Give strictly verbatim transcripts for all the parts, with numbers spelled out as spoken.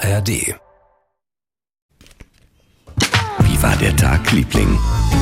R D. Wie war der Tag, Liebling?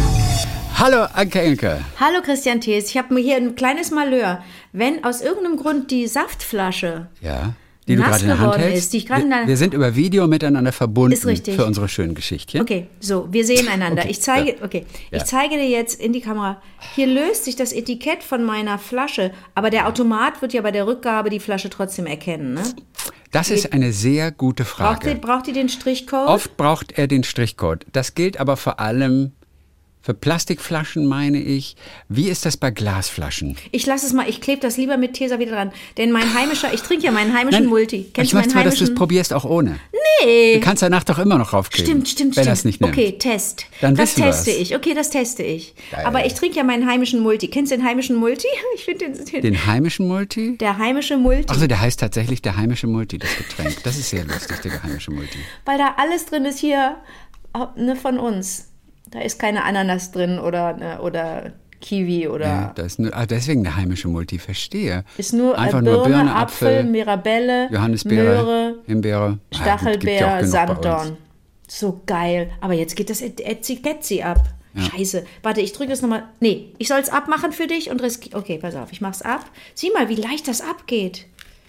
Hallo, Anke Engelke. Hallo, Christian Thees. Ich habe mir hier ein kleines Malheur. Wenn aus irgendeinem Grund die Saftflasche Ja, die du gerade in der Hand hältst. Ist, die ich gerade in der wir, wir sind über Video miteinander verbunden. Ist richtig. Für unsere schönen Geschichtchen. Okay, so, wir sehen einander. Okay, ich, zeige, ja. okay. Ja. ich zeige dir jetzt in die Kamera. Hier löst sich das Etikett von meiner Flasche, aber der Automat wird ja bei der Rückgabe die Flasche trotzdem erkennen, ne? Das ist eine sehr gute Frage. Braucht die, braucht die den Strichcode? Oft braucht er den Strichcode. Das gilt aber vor allem für Plastikflaschen, meine ich. Wie ist das bei Glasflaschen? Ich lasse es mal, ich klebe das lieber mit Tesa wieder dran. Denn mein heimischer, ich trinke ja meinen heimischen Nein, Multi. Kennst ich du meinen möchte zwar, dass du heimischen? es probierst, auch ohne. Nee. Du kannst danach doch immer noch raufkleben. Stimmt, stimmt, wenn stimmt. er es nicht nimmt. Okay, Test. Dann das wissen teste wir's. ich. Okay, das teste ich. Geil. Aber ich trinke ja meinen heimischen Multi. Kennst du den heimischen Multi? Ich finde den, den, Den heimischen Multi? der heimische Multi. Achso, der heißt tatsächlich der heimische Multi, das Getränk. Das ist sehr lustig, der heimische Multi. Weil da alles drin ist hier ne, von uns. Da ist keine Ananas drin oder, ne, oder Kiwi oder. Ja, das ist nur, ah, deswegen der heimische Multi, verstehe. Ist nur Einfach Birne, nur Birne, Apfel, Apfel, Mirabelle, Johannisbeere, Möhre, Himbeere, Ah, Stachelbeer, gut, gibt ja auch genug bei uns. Sanddorn. So geil. Aber jetzt geht das Etzi-Ketzi ab. Ja. Scheiße. Warte, ich drücke es nochmal. Nee, ich soll es abmachen für dich und riskiere. Okay, pass auf, ich mach's ab. Sieh mal, wie leicht das abgeht.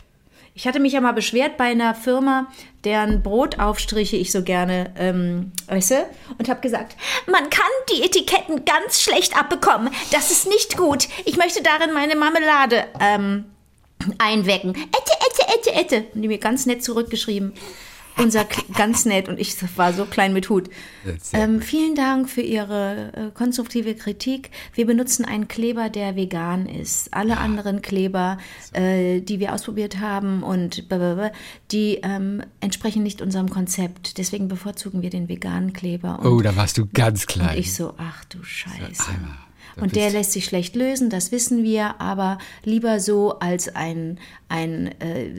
Ich hatte mich ja mal beschwert bei einer Firma, deren Brotaufstriche ich so gerne ähm, esse und habe gesagt, man kann die Etiketten ganz schlecht abbekommen. Das ist nicht gut. Ich möchte darin meine Marmelade ähm, einwecken. Ette, ette, ette, ette. Und die mir ganz nett zurückgeschrieben. Unser ganz nett und ich war so klein mit Hut. Ähm, vielen Dank für Ihre äh, konstruktive Kritik. Wir benutzen einen Kleber, der vegan ist. Alle anderen Kleber, äh, die wir ausprobiert haben und blablabla, die ähm, entsprechen nicht unserem Konzept. Deswegen bevorzugen wir den veganen Kleber. Und, Oh, da warst du ganz klein. und ich so, ach du Scheiße. So, einmal. Da Und der bist- lässt sich schlecht lösen, das wissen wir, aber lieber so als ein, ein, äh,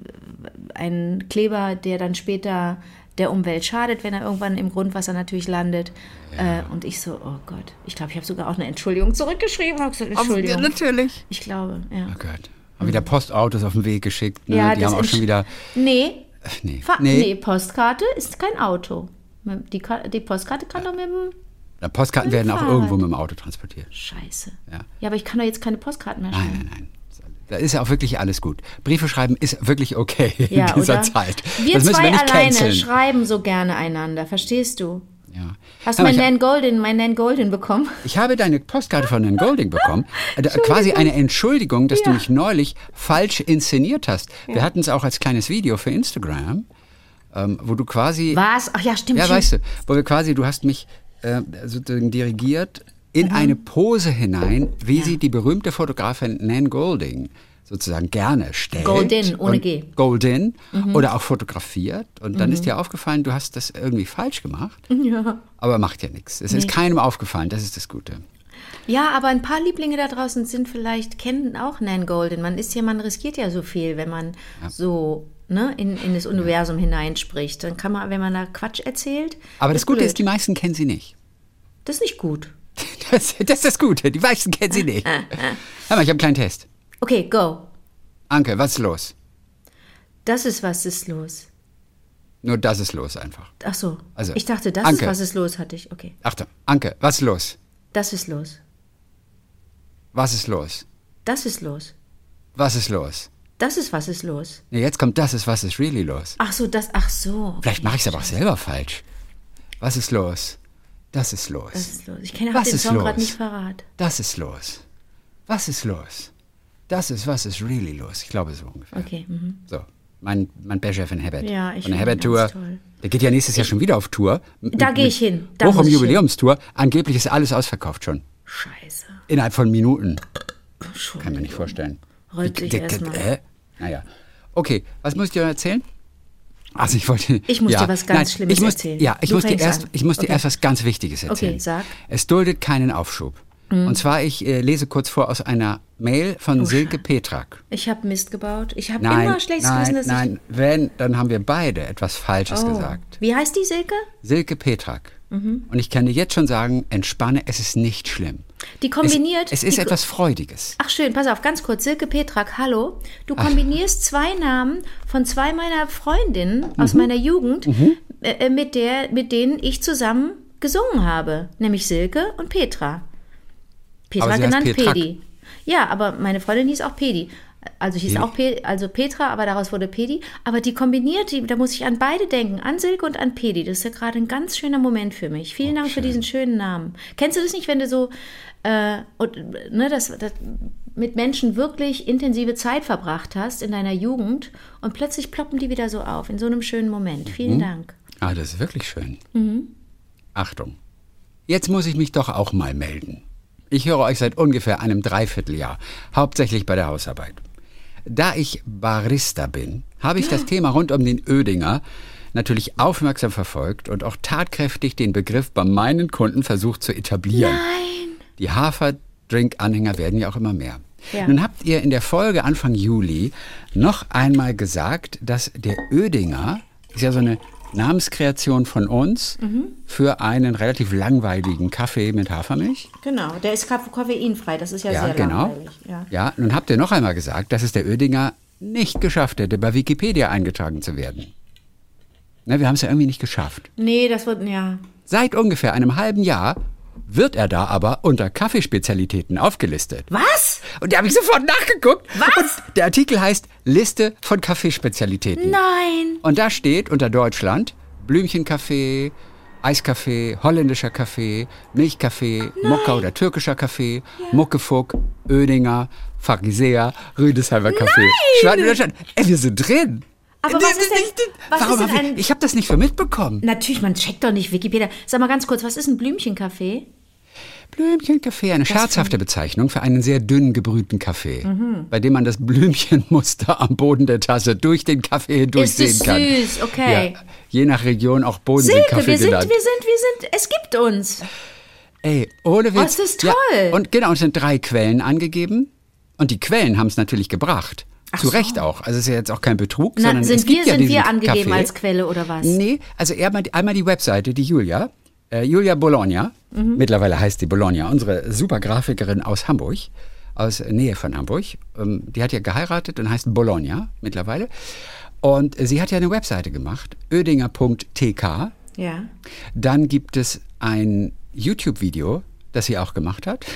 ein Kleber, der dann später der Umwelt schadet, wenn er irgendwann im Grundwasser natürlich landet. Ja. Äh, und ich so, oh Gott, ich glaube, ich habe sogar auch eine Entschuldigung zurückgeschrieben. Habe gesagt, Entschuldigung. Natürlich. Ich glaube, ja. Oh Gott. Haben wieder Postautos auf den Weg geschickt. Ne? Ja, die das haben auch entsch- schon wieder. Nee, Äh, Nee. Fa- nee, Postkarte ist kein Auto. Die, Ka- die Postkarte kann doch mit dem... Na, Postkarten werden auch Fahrrad. irgendwo mit dem Auto transportiert. Scheiße. Ja. Ja, aber ich kann doch jetzt keine Postkarten mehr schreiben. Nein, nein, nein. Da ist ja auch wirklich alles gut. Briefe schreiben ist wirklich okay in Ja, dieser oder? Zeit. Wir das müssen zwei wir nicht alleine canceln. schreiben so gerne einander, verstehst du? Ja. Hast du Aber mein ich, hab- Nan Goldin, mein Nan Goldin bekommen? ich habe deine Postkarte von Nan Golding bekommen. Äh, quasi eine Entschuldigung, dass Ja. du mich neulich falsch inszeniert hast. Wir hatten es auch als kleines Video für Instagram, ähm, wo du quasi... Was? Ach ja, stimmt. Ja, stimmt. weißt du, wo wir quasi, du hast mich äh, sozusagen dirigiert in eine Pose hinein, wie sie die berühmte Fotografin Nan Golding sozusagen gerne stellt. Goldin, ohne und G. Goldin oder auch fotografiert. Und dann ist dir aufgefallen, du hast das irgendwie falsch gemacht. Ja. Aber macht ja nichts. Es ist keinem aufgefallen, das ist das Gute. Ja, aber ein paar Lieblinge da draußen sind vielleicht, kennen auch Nan Goldin. Man ist ja, man riskiert ja so viel, wenn man so ne, in, in das Universum hineinspricht. Dann kann man, wenn man da Quatsch erzählt. Aber das Gute blöd. ist, die meisten kennen sie nicht. Das ist nicht gut. Das, das ist das Gute, die meisten kennen sie nicht. Hör mal, ich habe einen kleinen Test. Okay, go. Anke, was ist los? Das ist, was ist los. Nur das ist los einfach. Ach so. Also, ich dachte, das Anke. ist, was ist los, hatte ich. Okay. Achtung, Anke, was ist los? Das ist los. Was ist los? Das ist los. Was ist los? Das ist, was ist los. Nee, jetzt kommt das ist, was ist really los? Ach so, das, ach so. Vielleicht mache ich es aber auch selber falsch. Was ist los? Das ist los. Das ist los. Ich kenne Was auch den ist Song los? gerade nicht parat. Das ist los. Was ist los? Das ist, was ist really los? Ich glaube so ungefähr. Okay. Mhm. So, mein, mein Bester von Herbert. Ja, ich Von der finde ihn Herbert-Tour. ganz toll. Der geht ja nächstes Jahr schon wieder auf Tour. Da gehe ich hin. Da muss Bochum ich Jubiläumstour. Angeblich ist alles ausverkauft schon. Scheiße. Innerhalb von Minuten. Schon. Kann mir nicht vorstellen. Rollt sich Die- die- erst mal. Äh? Naja. Okay, was muss ich dir erzählen? Also ich wollte. Ich muss dir was ganz nein, Schlimmes ich muss, erzählen. Ja, ich Du muss dir fängst erst, an. ich muss dir Okay. erst was ganz Wichtiges erzählen. Okay, sag. Es duldet keinen Aufschub. Und zwar, ich äh, lese kurz vor aus einer Mail von Oh, Silke Petrak. Ich habe Mist gebaut. Ich habe Nein, immer schlechtes nein, Gewissen, dass nein, wenn, dann haben wir beide etwas Falsches ich... Oh. gesagt. Wie heißt die Silke? Silke Petrak. Mhm. Und ich kann dir jetzt schon sagen, entspanne, es ist nicht schlimm. Die kombiniert... Es, es ist die, etwas Freudiges. Ach schön, pass auf, ganz kurz. Silke Petrak, hallo. Du kombinierst ach. zwei Namen von zwei meiner Freundinnen mhm. aus meiner Jugend, mhm. äh, mit, der, mit denen ich zusammen gesungen habe. Nämlich Silke und Petra. Petra genannt Pedi. Ja, aber meine Freundin hieß auch Pedi. Also hieß ja. auch Pe- also Petra, aber daraus wurde Pedi. Aber die kombiniert, die, da muss ich an beide denken, an Silke und an Pedi. Das ist ja gerade ein ganz schöner Moment für mich. Vielen oh, Dank schön. für diesen schönen Namen. Kennst du das nicht, wenn du so äh, und, ne, das, das, mit Menschen wirklich intensive Zeit verbracht hast in deiner Jugend und plötzlich ploppen die wieder so auf, in so einem schönen Moment. Vielen mhm. Dank. Ah, das ist wirklich schön. Mhm. Achtung, jetzt muss ich mich doch auch mal melden. Ich höre euch seit ungefähr einem Dreivierteljahr, hauptsächlich bei der Hausarbeit. Da ich Barista bin, habe ich das Thema rund um den Oedinger natürlich aufmerksam verfolgt und auch tatkräftig den Begriff bei meinen Kunden versucht zu etablieren. Nein! Die Haferdrink-Anhänger werden ja auch immer mehr. Ja. Nun habt ihr in der Folge Anfang Juli noch einmal gesagt, dass der Oedinger, ist ja so eine Namenskreation von uns mhm. für einen relativ langweiligen Kaffee mit Hafermilch. Genau, der ist koffeinfrei, das ist ja, ja sehr genau. langweilig. Ja, ja, nun habt ihr noch einmal gesagt, dass es der Oedinger nicht geschafft hätte, bei Wikipedia eingetragen zu werden. Na, wir haben es ja irgendwie nicht geschafft. Nee, das wird, ja. Seit ungefähr einem halben Jahr wird er da aber unter Kaffeespezialitäten aufgelistet. Was? Und da habe ich sofort nachgeguckt. Was? Und der Artikel heißt Liste von Kaffeespezialitäten. Nein. Und da steht unter Deutschland Blümchenkaffee, Eiskaffee, holländischer Kaffee, Milchkaffee, Nein. Mokka oder türkischer Kaffee, ja. Muckefuck, Oedinger, Pharisäer, Rüdesheimer Kaffee. Nein. Ey, wir sind drin. Aber was ist denn, was Warum ist denn hab ich, ein... Ich habe das nicht so mitbekommen. Natürlich, man checkt doch nicht Wikipedia. Sag mal ganz kurz, was ist ein Blümchenkaffee? Blümchenkaffee, eine das scherzhafte Bezeichnung für einen sehr dünn gebrühten Kaffee, mhm. bei dem man das Blümchenmuster am Boden der Tasse durch den Kaffee hindurch ist sehen kann. Ist süß, okay. Ja, je nach Region auch Bodenseekaffee Silke, wir sind, genannt. wir sind, wir sind, es gibt uns. Ey, ohne Witz. Oh, das ist toll. Ja, und genau, es sind drei Quellen angegeben und die Quellen haben es natürlich gebracht. Ach Zu so. Recht auch. Also es ist ja jetzt auch kein Betrug, Na, sondern sind es gibt wir, ja sind diesen wir angegeben Kaffee. Als Quelle oder was? Nee, also einmal, einmal die Webseite, die Julia, äh, Julia Bologna, mhm. mittlerweile heißt sie Bologna, unsere super Grafikerin aus Hamburg, aus Nähe von Hamburg. Ähm, die hat ja geheiratet und heißt Bologna mittlerweile. Und sie hat ja eine Webseite gemacht, oedinger punkt t k. Ja. Dann gibt es ein YouTube-Video, das sie auch gemacht hat.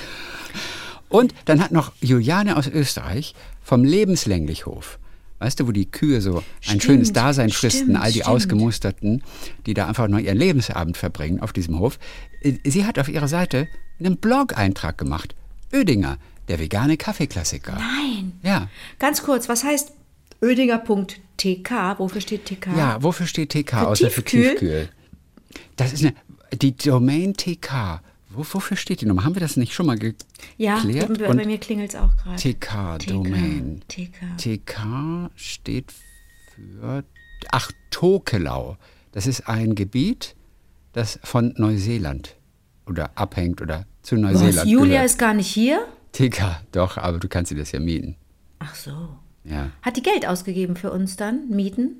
Und dann hat noch Juliane aus Österreich vom Lebenslänglich-Hof, weißt du, wo die Kühe so ein stimmt, schönes Dasein fristen, stimmt, all die stimmt. Ausgemusterten, die da einfach nur ihren Lebensabend verbringen auf diesem Hof. Sie hat auf ihrer Seite einen Blog-Eintrag gemacht. Oedinger, der vegane Kaffeeklassiker. Nein. Ja. Ganz kurz, was heißt oedinger punkt t k? Wofür steht T K? Ja, wofür steht T K? Für Außer für Tiefkühl? Tiefkühl. Das ist eine, die Domain T K. Wo, wofür steht die Nummer? Haben wir das nicht schon mal geklärt? Ja, bei, bei mir klingelt es auch gerade. T K, Domain. T K. T K steht für, ach, Tokelau. Das ist ein Gebiet, das von Neuseeland oder abhängt oder zu Neuseeland Was, Julia gehört. ist gar nicht hier? T K, doch, aber du kannst dir das ja mieten. Ach so. Ja. Hat die Geld ausgegeben für uns dann? Mieten?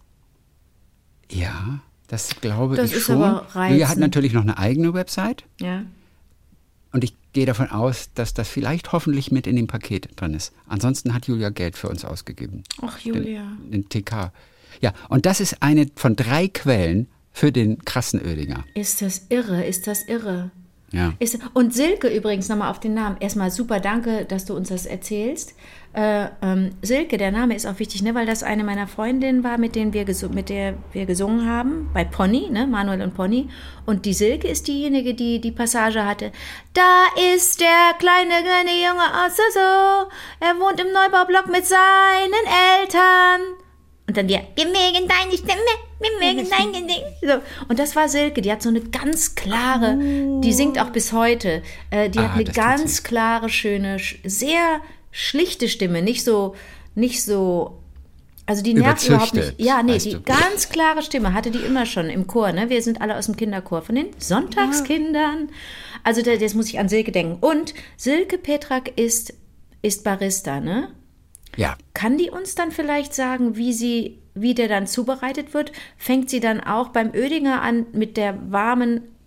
Ja, das glaube das ich ist schon. Aber reizend. Julia hat natürlich noch eine eigene Website. Ja. Und ich gehe davon aus, dass das vielleicht hoffentlich mit in dem Paket drin ist. Ansonsten hat Julia Geld für uns ausgegeben. Ach, Julia. Den, den T K. Ja, und das ist eine von drei Quellen für den krassen Oedinger. Ist das irre, ist das irre. Ja. Ist, und Silke übrigens, nochmal auf den Namen. Erstmal super, danke, dass du uns das erzählst. Äh, ähm, Silke, der Name ist auch wichtig, ne, weil das eine meiner Freundinnen war, mit, denen wir gesu- mit der wir gesungen haben, bei Pony, ne, Manuel und Pony. Und die Silke ist diejenige, die die Passage hatte. Da ist der kleine, kleine Junge aus der So. Er wohnt im Neubaublock mit seinen Eltern. Und dann wir, wir mögen deine Stimme, wir mögen dein Gedicht. So. Und das war Silke, die hat so eine ganz klare, oh. die singt auch bis heute, äh, die ah, hat eine ganz klare, schöne, sehr schlichte Stimme, nicht so, nicht so, also die nervt überhaupt nicht. Ja, nee, die du. ganz klare Stimme hatte die immer schon im Chor, ne? Wir sind alle aus dem Kinderchor von den Sonntagskindern. Also das, das muss ich an Silke denken. Und Silke Petrak ist, ist Barista, ne? Ja. Kann die uns dann vielleicht sagen, wie sie, wie der dann zubereitet wird? Fängt sie dann auch beim Oedinger an mit der warmen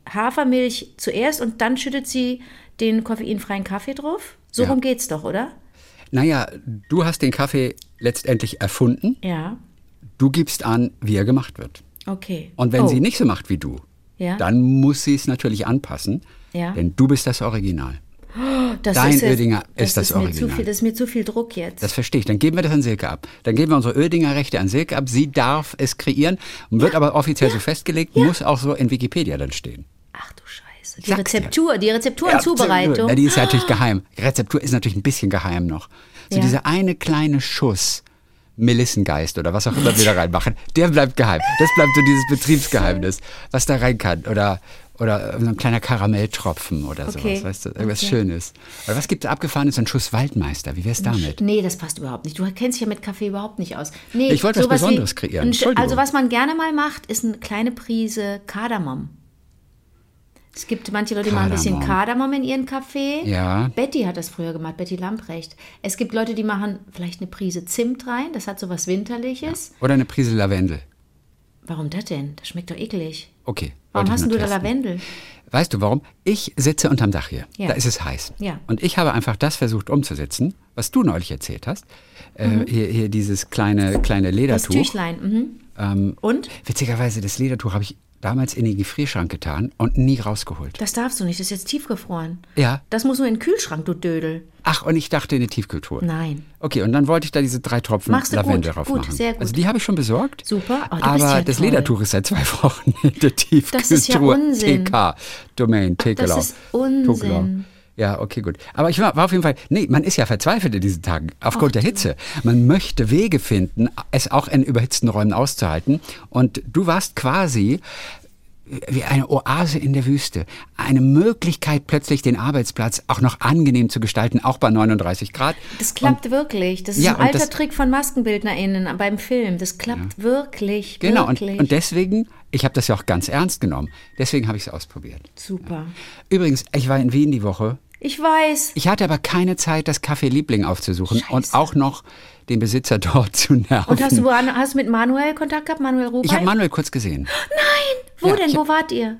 Hafermilch zuerst und dann schüttet sie den koffeinfreien Kaffee drauf? So Ja. rum geht's doch, oder? Naja, du hast den Kaffee letztendlich erfunden. Ja, Du gibst an, wie er gemacht wird. okay. Und wenn oh. sie nicht so macht wie du, Ja. dann muss sie es natürlich anpassen, Ja. denn du bist das Original. das dein ist jetzt- Oedinger ist das ist mir zu Original. viel, das ist mir zu viel Druck jetzt. Das verstehe ich. Dann geben wir das an Silke ab. Dann geben wir unsere Oedinger Rechte an Silke ab. Sie darf es kreieren, wird aber offiziell so festgelegt, muss auch so in Wikipedia dann stehen. Ach du Scheiße. Die Sag's Rezeptur, die Rezeptur Ja, und Zubereitung. Na, die ist ja natürlich geheim. Rezeptur ist natürlich ein bisschen geheim noch. So Ja. dieser eine kleine Schuss Melissengeist oder was auch immer wir da reinmachen, der bleibt geheim. Das bleibt so dieses Betriebsgeheimnis, was da rein kann. Oder, oder so ein kleiner Karamelltropfen oder Okay. sowas, weißt du, irgendwas Okay. Schönes. Oder was gibt es abgefahrenes? So ein Schuss Waldmeister, wie wär's damit? Nee, das passt überhaupt nicht. Du kennst dich ja mit Kaffee überhaupt nicht aus. Nee, Ich wollte was sowas Besonderes wie- kreieren. ein- Entschuldigung. Also was man gerne mal macht, ist eine kleine Prise Kardamom. Es gibt manche Leute, die machen ein bisschen Kardamom. Kardamom in ihren Kaffee. Ja. Betty hat das früher gemacht, Betty Lamprecht. Es gibt Leute, die machen vielleicht eine Prise Zimt rein. Das hat so was Winterliches. Oder eine Prise Lavendel. Warum das denn? Das schmeckt doch eklig. Okay. Warum wollte ich hast nur du da testen. Lavendel? Weißt du warum? Ich sitze unterm Dach hier. Ja. Da ist es heiß. Ja. Und ich habe einfach das versucht umzusetzen, was du neulich erzählt hast. Äh, hier, hier dieses kleine, kleine Das Ledertuch. Tüchlein. Mhm. Ähm, Und? Witzigerweise, das Ledertuch habe ich damals in den Gefrierschrank getan und nie rausgeholt. Das darfst du nicht, das ist jetzt tiefgefroren. Ja. Das muss nur in den Kühlschrank, du Dödel. Ach, und ich dachte in die Tiefkühltruhe. Nein. Okay, und dann wollte ich da diese drei Tropfen Machst du Lavendel gut, drauf gut, machen. sehr gut. Also die habe ich schon besorgt. Super. Oh, du bist aber ja das toll. Ledertuch ist seit zwei Wochen in der Tiefkühltruhe. Das ist ja Unsinn. T K, Domain, Tekelau. Das ist Unsinn. Ja, okay, gut. Aber ich war, war auf jeden Fall, nee, man ist ja verzweifelt in diesen Tagen, aufgrund der Hitze. Man möchte Wege finden, es auch in überhitzten Räumen auszuhalten. Und du warst quasi wie eine Oase in der Wüste. Eine Möglichkeit, plötzlich den Arbeitsplatz auch noch angenehm zu gestalten, auch bei neununddreißig Grad. Das klappt wirklich. Das ist Ja, ein und alter das- Trick von MaskenbildnerInnen beim Film. Das klappt wirklich, Genau, und, wirklich. und deswegen, ich habe das ja auch ganz ernst genommen, deswegen habe ich es ausprobiert. Super. Übrigens, ich war in Wien die Woche. Ich weiß. Ich hatte aber keine Zeit, das Café Liebling aufzusuchen Scheiße. und auch noch den Besitzer dort zu nerven. Und hast du, hast du mit Manuel Kontakt gehabt, Manuel Rubey? ich habe Manuel kurz gesehen. Wo Ja, denn? ich Wo hab- wart ihr?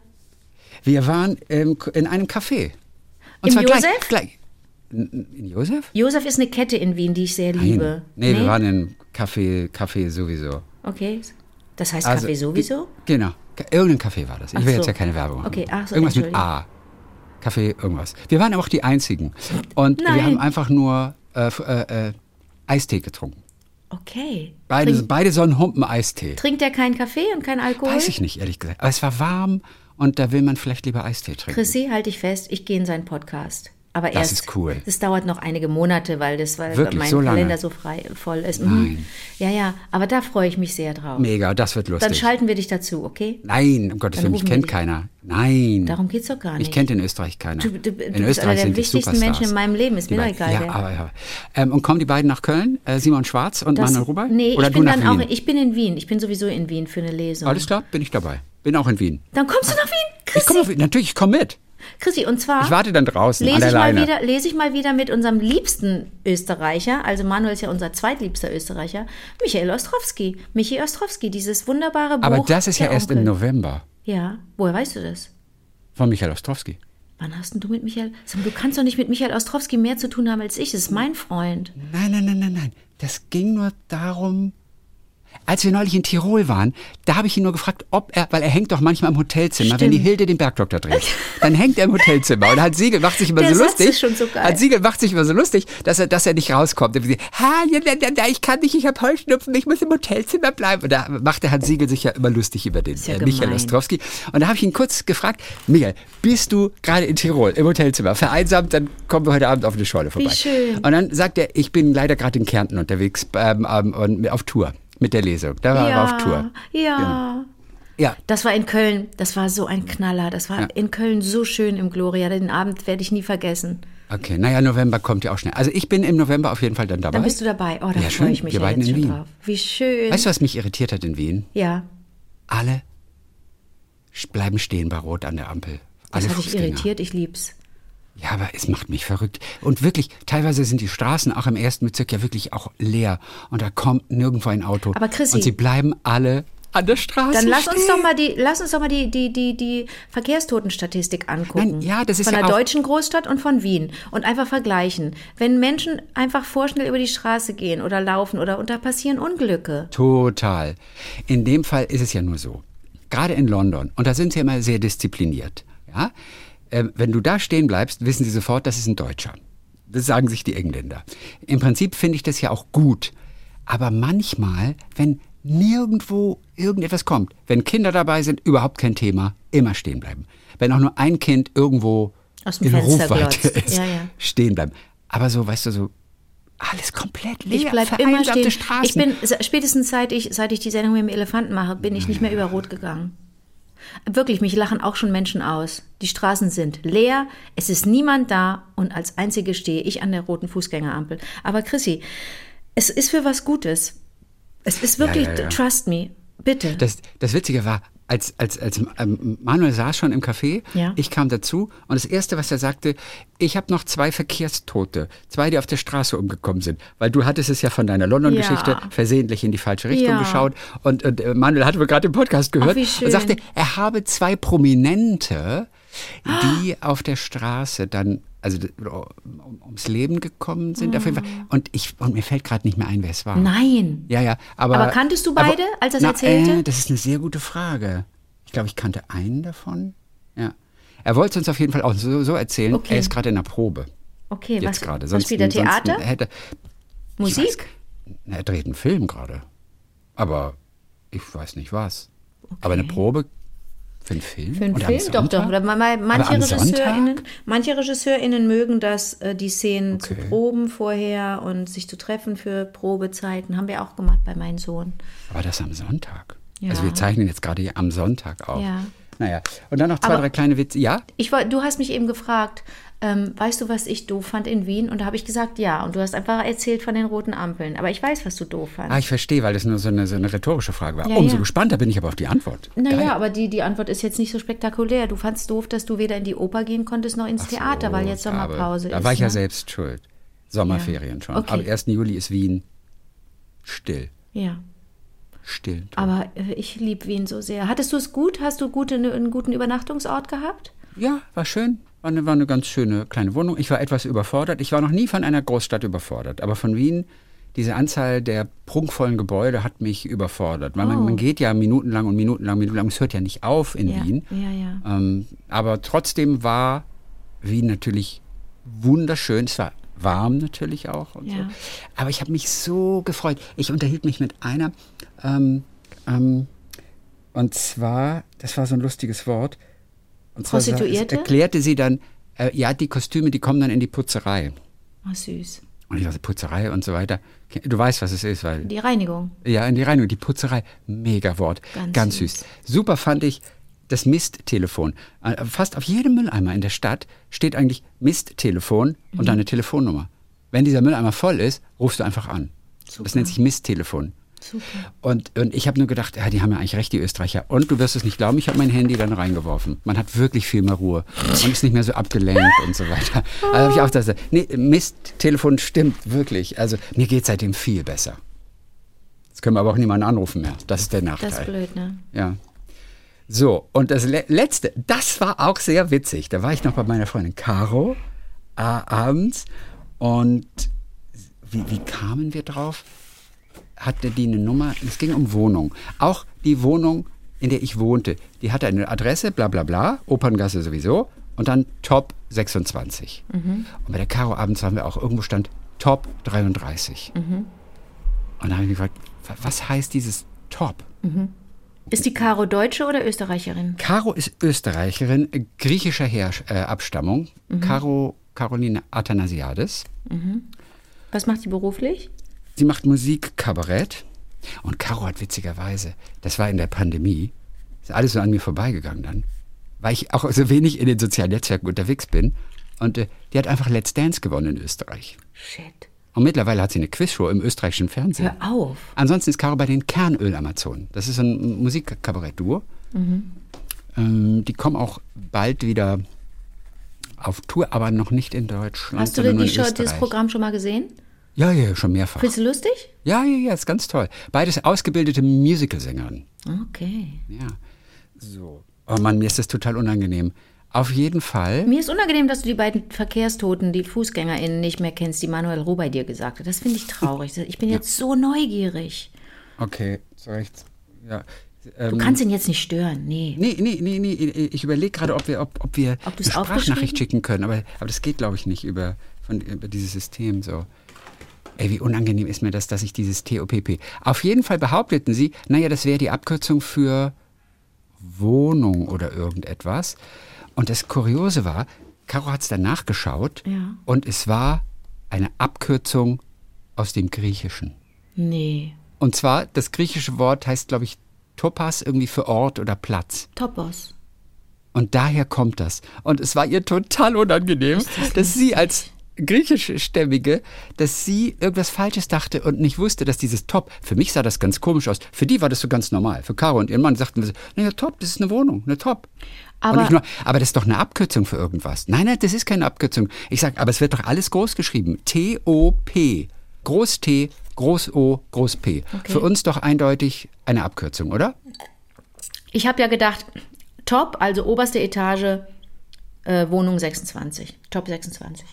Wir waren ähm, in einem Café. Und Im zwar gleich, Josef? gleich. In in Josef? Josef ist eine Kette in Wien, die ich sehr liebe. Nee, wir waren in Café, Café sowieso. Okay. Das heißt Also, Kaffee sowieso? ge- Genau. Ka- Irgendein Café war das. Ich Ach will so. jetzt ja keine Werbung machen. Okay, ach so, Irgendwas mit Entschuldigung. A. Kaffee, irgendwas. Wir waren aber auch die Einzigen. Und Nein. wir haben einfach nur äh, f- äh, äh, Eistee getrunken. Okay. Beide, Trink, beide so einen Humpen Eistee. trinkt er keinen Kaffee und keinen Alkohol? Weiß ich nicht, ehrlich gesagt. Aber es war warm und da will man vielleicht lieber Eistee trinken. Chrissy, halte ich fest, ich gehe in seinen Podcast. Aber Das erst, ist cool. Das dauert noch einige Monate, weil, das, weil Wirklich, mein so lange? Kalender so frei voll ist. Mhm. Nein. Ja, ja, aber da freue ich mich sehr drauf. Mega, das wird lustig. Dann schalten wir dich dazu, okay? Nein, um Gottes Dann Willen, mich rufen wir kennt dich. keiner. Nein. Darum geht's doch gar nicht. Ich kennt in Österreich keiner. Du- du- du in bist einer Österreich der sind die wichtigsten Superstars. Menschen in meinem Leben, ist Die mir doch beiden- egal, Ja, wer. aber, ja. Ähm, und kommen die beiden nach Köln? Äh, Simon Schwarz und Das- Manuel Rubey? Nee, Oder ich du bin nach dann Wien? auch, ich bin in Wien. Ich bin sowieso in Wien für eine Lesung. Alles klar, bin ich dabei. Bin auch in Wien. Dann kommst du nach Wien, Ich komme Chrissy. auf Wien. Natürlich, ich komme mit. Chrissy, und zwar Ich warte dann draußen an lese der ich, mal Leine. wieder, lese ich mal wieder mit unserem liebsten Österreicher, also Manuel ist ja unser zweitliebster Österreicher, Michael Ostrowski. Michi Ostrowski, dieses wunderbare Buch. Aber das ist ja Der erst Onkel. im November Ja, woher weißt du das? von Michael Ostrowski. Wann hast denn du mit Michael? Sag mal, du kannst doch nicht mit Michael Ostrowski mehr zu tun haben als ich. Das ist mein Freund. Nein, nein, nein, nein, nein. Das ging nur darum, als wir neulich in Tirol waren, da habe ich ihn nur gefragt, ob er, weil er hängt doch manchmal im Hotelzimmer, wenn Stimmt. die Hilde den Bergdoktor dreht. Dann hängt er im Hotelzimmer und hat Siegel macht sich immer Der so Satz lustig. ist schon so geil. Hat Siegel macht sich immer so lustig, dass er, dass er nicht rauskommt. Und sie, ha, ja, ja, ja, ich kann nicht, ich habe Heuschnupfen, ich muss im Hotelzimmer bleiben. Und da macht der Hans Siegel sich ja immer lustig über den ja äh, Michael gemein. Ostrowski. Und da habe ich ihn kurz gefragt, Michael, bist du gerade in Tirol im Hotelzimmer vereinsamt? Dann kommen wir heute Abend auf eine Scholle vorbei. schön. Und dann sagt er, ich bin leider gerade in Kärnten unterwegs ähm, ähm, und auf Tour mit der Lesung. Da war er auf Tour. ja. Ja, Das war in Köln. Das war so ein Knaller. Das war Ja. in Köln so schön im Gloria. Den Abend werde ich nie vergessen. okay. Naja, November kommt ja auch schnell. Also ich bin im November auf jeden Fall dann dabei. Dann bist du dabei. Oh, da Ja, freue schön. ich mich Wir ja beiden jetzt in schon Wien. drauf. Wie schön. Weißt du, was mich irritiert hat in Wien? ja, Alle bleiben stehen bei Rot an der Ampel. das Alle hat dich Fußgänger. irritiert. Ich lieb's. Ja, aber es macht mich verrückt. Und wirklich, teilweise sind die Straßen auch im ersten Bezirk ja wirklich auch leer. Und da kommt nirgendwo ein Auto. Aber Chrissy- Und sie bleiben alle an der Straße Dann lass uns stehen. doch mal die, lass uns doch mal die, die, die, die Verkehrstotenstatistik angucken. Nein, ja, das ist von ja der auch- deutschen Großstadt und von Wien. Und einfach vergleichen. Wenn Menschen einfach vorschnell über die Straße gehen oder laufen oder und da passieren Unglücke. Total. In dem Fall ist es ja nur so. Gerade in London, und da sind sie immer sehr diszipliniert. Ja? Ähm, wenn du da stehen bleibst, wissen sie sofort, das ist ein Deutscher. Das sagen sich die Engländer. Im Prinzip finde ich das ja auch gut. Aber manchmal, wenn nirgendwo irgendetwas kommt, wenn Kinder dabei sind, überhaupt kein Thema, immer stehen bleiben. Wenn auch nur ein Kind irgendwo Aus dem in Fenster Rufweite glotzt. ist, Ja, ja. stehen bleiben. Aber so, weißt du, so alles komplett leer, Ich bleibe immer vereinsamte stehen. Straßen. Ich bin, spätestens seit ich, seit ich die Sendung mit dem Elefanten mache, bin ich nicht mehr über Rot gegangen. Wirklich, mich lachen auch schon Menschen aus. Die Straßen sind leer, es ist niemand da und als Einzige stehe ich an der roten Fußgängerampel. Aber Chrissy, es ist für was Gutes. Es ist wirklich, Ja, ja, ja. trust me, bitte. Das, das Witzige war, als, als, als ähm, Manuel saß schon im Café, Ja. ich kam dazu und das Erste, was er sagte, ich habe noch zwei Verkehrstote, zwei, die auf der Straße umgekommen sind. Weil du hattest es ja von deiner London-Geschichte Ja. versehentlich in die falsche Richtung Ja. geschaut. Und, und äh, Manuel hatte wir gerade im Podcast gehört wie schön. und sagte, er habe zwei Prominente, die auf der Straße dann also um, ums Leben gekommen sind. Auf jeden Fall. Und, ich, und mir fällt gerade nicht mehr ein, wer es war. Nein. Ja, ja, aber, Aber kanntest du beide, als er es na, erzählte? Äh, das ist eine sehr gute Frage. Ich glaube, ich kannte einen davon. Ja. Er wollte es uns auf jeden Fall auch so, so erzählen. Okay. Er ist gerade in der Probe. Okay, Jetzt was, gerade. was Sonst- spielt er? sonst Theater? Hätte, ich Musik? weiß, er dreht einen Film gerade. Aber ich weiß nicht was. Aber eine Probe für einen Film? Für einen Und am Film? Doch, Sonntag? doch. Oder ma- ma- manche, am RegisseurInnen, Sonntag? manche RegisseurInnen mögen das, äh, die Szenen zu Okay. proben vorher und sich zu treffen für Probezeiten. Haben wir auch gemacht bei meinem Sohn. Aber das am Sonntag. Ja. Also wir zeichnen jetzt gerade hier am Sonntag auf. Ja. Naja, und dann noch zwei, Aber- drei kleine Witze. Ja? Ich woll- du hast mich eben gefragt, ähm, weißt du, was ich doof fand in Wien? Und da habe ich gesagt, ja. Und du hast einfach erzählt von den roten Ampeln. Aber ich weiß, was du doof Ah, fandst. ich verstehe, weil das nur so eine, so eine rhetorische Frage war. Ja, Umso ja. gespannter bin ich aber auf die Antwort. Geil. Naja, aber die, die Antwort ist jetzt nicht so spektakulär. Du fandst doof, dass du weder in die Oper gehen konntest noch ins Ach so, Theater, weil jetzt Sommerpause da ist. war ich ja ne? selbst schuld. Sommerferien schon. Okay. Ab ersten Juli ist Wien still. Ja. Still. Aber äh, ich liebe Wien so sehr. Hattest du es gut? Hast du gute, einen guten Übernachtungsort gehabt? Ja, war schön. War eine, war eine ganz schöne kleine Wohnung. Ich war etwas überfordert. Ich war noch nie von einer Großstadt überfordert. Aber von Wien, diese Anzahl der prunkvollen Gebäude hat mich überfordert. Weil Oh. man, man geht ja minutenlang und minutenlang, minutenlang. Es hört ja nicht auf in Ja, Wien. ja, ja. Ähm, aber trotzdem war Wien natürlich wunderschön. Es war warm natürlich auch. Und Ja. so. Aber ich habe mich so gefreut. Ich unterhielt mich mit einer, ähm, ähm, und zwar, das war so ein lustiges Wort. Und zwar sa- Prostituierte? erklärte sie dann, äh, ja, die Kostüme, die kommen dann in die Putzerei. Oh, süß. Und ich dachte, Putzerei und so weiter. Du weißt, was es ist, weil Die Reinigung. ja, in die Reinigung, die Putzerei, mega Wort, Ganz ganz, süß. süß. Super fand ich das Misttelefon. Äh, Fast auf jedem Mülleimer in der Stadt steht eigentlich Misttelefon und Mhm. dann eine Telefonnummer. Wenn dieser Mülleimer voll ist, rufst du einfach an. Super. Das nennt sich Misttelefon. Super. Und, und ich habe nur gedacht, ja, die haben ja eigentlich recht, die Österreicher. Und du wirst es nicht glauben, ich habe mein Handy dann reingeworfen. Man hat wirklich viel mehr Ruhe und ist nicht mehr so abgelenkt und so weiter. Also habe ich auch das. Nee, Misttelefon stimmt wirklich. Also mir geht seitdem viel besser. Jetzt können wir aber auch niemanden anrufen mehr. Das ist der Nachteil. Das ist blöd, ne? Ja. So, und das Le Letzte, das war auch sehr witzig. Da war ich noch bei meiner Freundin Caro äh, abends und wie, wie kamen wir drauf? Hatte die eine Nummer, es ging um Wohnung. Auch die Wohnung, in der ich wohnte, die hatte eine Adresse, bla bla bla, Operngasse sowieso und dann Top sechsundzwanzig. Und bei der Caro abends haben wir auch, irgendwo stand Top dreiunddreißig. Und da habe ich mich gefragt, wa- was heißt dieses Top? Ist die Caro Deutsche oder Österreicherin? Caro ist Österreicherin, äh, griechischer Her äh, Abstammung. Caro, Caroline Athanasiades. Was macht sie beruflich? Sie macht Musik, Kabarett. Und Caro hat witzigerweise, das war in der Pandemie, ist alles so an mir vorbeigegangen dann, weil ich auch so wenig in den sozialen Netzwerken unterwegs bin. Und äh, die hat einfach Let's Dance gewonnen in Österreich. Shit. Und mittlerweile hat sie eine Quizshow im österreichischen Fernsehen. Hör auf. Ansonsten ist Caro bei den Kernöl-Amazonen. Das ist ein Musikkabarett-Duo. Ähm, die kommen auch bald wieder auf Tour, aber noch nicht in Deutschland. Hast du sondern denn nur die in Show, das Österreich. Programm schon mal gesehen? Ja, ja, schon mehrfach. Findest du lustig? Ja, ja, ja, ist ganz toll. Beides ausgebildete Musicalsängerinnen. Okay. Ja, so. Oh Mann, mir ist das total unangenehm. Auf jeden Fall. Mir ist unangenehm, dass du die beiden Verkehrstoten, die FußgängerInnen nicht mehr kennst, die Manuel Roh bei dir gesagt hat. Das finde ich traurig. Ich bin jetzt ja. so neugierig. Okay, so rechts. Ja. Ähm, du kannst ihn jetzt nicht stören, nee. Nee, nee, nee, nee. Ich überlege gerade, ob wir, ob, ob wir ob eine Sprachnachricht schicken können. Aber, aber das geht, glaube ich, nicht über, von, über dieses System so. Ey, wie unangenehm ist mir das, dass ich dieses T O P P. Auf jeden Fall behaupteten sie, naja, das wäre die Abkürzung für Wohnung oder irgendetwas. Und das Kuriose war, Caro hat es dann nachgeschaut ja. und es war eine Abkürzung aus dem Griechischen. Nee. Und zwar, das griechische Wort heißt, glaube ich, Topos, irgendwie für Ort oder Platz. Topos. Und daher kommt das. Und es war ihr total unangenehm, das dass sie als griechischstämmige, dass sie irgendwas Falsches dachte und nicht wusste, dass dieses Top, für mich sah das ganz komisch aus, für die war das so ganz normal. Für Caro und ihren Mann sagten wir so, naja, Top, das ist eine Wohnung, eine Top. Aber, und ich nur, aber das ist doch eine Abkürzung für irgendwas. Nein, nein, das ist keine Abkürzung. Ich sage, aber es wird doch alles groß geschrieben. T O P. Groß T, Groß O, Groß P. Okay. Für uns doch eindeutig eine Abkürzung, oder? Ich habe ja gedacht, Top, also oberste Etage, äh, Wohnung sechsundzwanzig. Top sechsundzwanzig.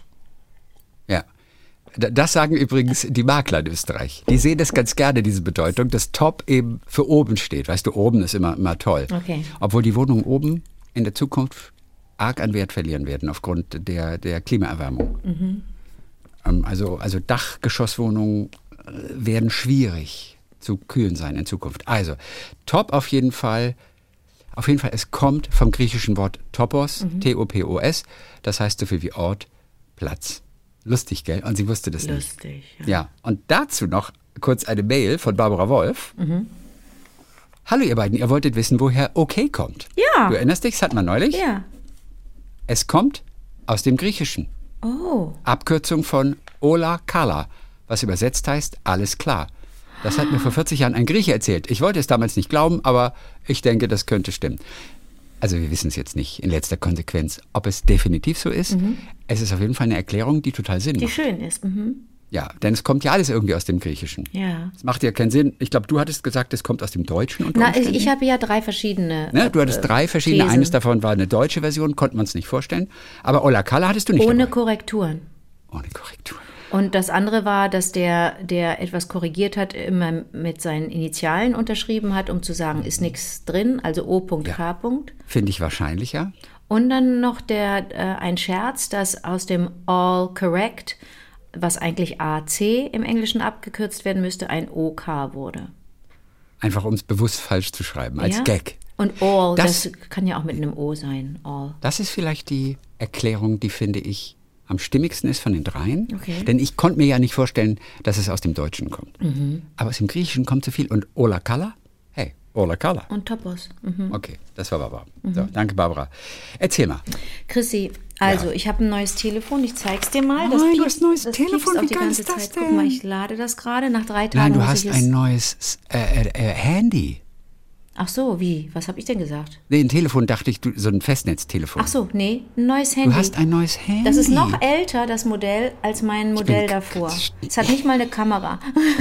Ja. Das sagen übrigens die Makler in Österreich. Die sehen das ganz gerne, diese Bedeutung, dass Top eben für oben steht. Weißt du, oben ist immer, immer toll. Okay. Obwohl die Wohnungen oben in der Zukunft arg an Wert verlieren werden aufgrund der, der Klimaerwärmung. Mhm. Also, also Dachgeschosswohnungen werden schwierig zu kühlen sein in Zukunft. Also Top auf jeden Fall. Auf jeden Fall, es kommt vom griechischen Wort Topos, mhm. T O P O S. Das heißt so viel wie Ort, Platz. Lustig, gell? Und sie wusste das Lustig, nicht. ja. Ja, und dazu noch kurz eine Mail von Barbara Wolf. Mhm. Hallo ihr beiden, ihr wolltet wissen, woher okay kommt. Ja. Du erinnerst dich, das hatten wir neulich? Ja. Es kommt aus dem Griechischen. Oh. Abkürzung von Ola Kala, was übersetzt heißt, alles klar. Das hat mir vor vierzig Jahren ein Grieche erzählt. Ich wollte es damals nicht glauben, aber ich denke, das könnte stimmen. Also wir wissen es jetzt nicht in letzter Konsequenz, ob es definitiv so ist. Mhm. Es ist auf jeden Fall eine Erklärung, die total Sinn die macht. Die schön ist. Mhm. Ja, denn es kommt ja alles irgendwie aus dem Griechischen. Ja. Es macht ja keinen Sinn. Ich glaube, du hattest gesagt, es kommt aus dem Deutschen. Unter Na, ich, ich habe ja drei verschiedene. Ne? Du hattest drei verschiedene. Thesen. Eines davon war eine deutsche Version, konnte man es nicht vorstellen. Aber Ola Kala hattest du nicht Ohne dabei. Korrekturen. Ohne Korrekturen. Und das andere war, dass der, der etwas korrigiert hat, immer mit seinen Initialen unterschrieben hat, um zu sagen, ist nichts drin, also O K. Ja. Finde ich wahrscheinlicher. Und dann noch der, äh, ein Scherz, dass aus dem All Correct, was eigentlich A C im Englischen abgekürzt werden müsste, ein O K wurde. Einfach um es bewusst falsch zu schreiben, als ja? Gag. Und All, das, das kann ja auch mit einem O sein. All. Das ist vielleicht die Erklärung, die, finde ich, am stimmigsten ist von den dreien. Okay. Denn ich konnte mir ja nicht vorstellen, dass es aus dem Deutschen kommt. Mhm. Aber aus dem Griechischen kommt so viel. Und Ola Kala? Hey, Ola Kala. Und Topos. Mhm. Okay, das war Barbara. Mhm. So, danke, Barbara. Erzähl mal. Chrissy, also ja. ich habe ein neues Telefon. Ich zeig's dir mal. Das Nein, piepst, du hast ein neues das Telefon. Auch Wie die geil ganze ist das Zeit. denn? Guck mal, ich lade das gerade. Nach drei Tagen Nein, du muss hast ich ein neues äh, äh, Handy. Ach so, wie? Was habe ich denn gesagt? Nee, ein Telefon dachte ich, du, so ein Festnetztelefon. Ach so, nee, ein neues Handy. Du hast ein neues Handy. Das ist noch älter, das Modell, als mein Modell bin, davor. Es hat nicht mal eine Kamera.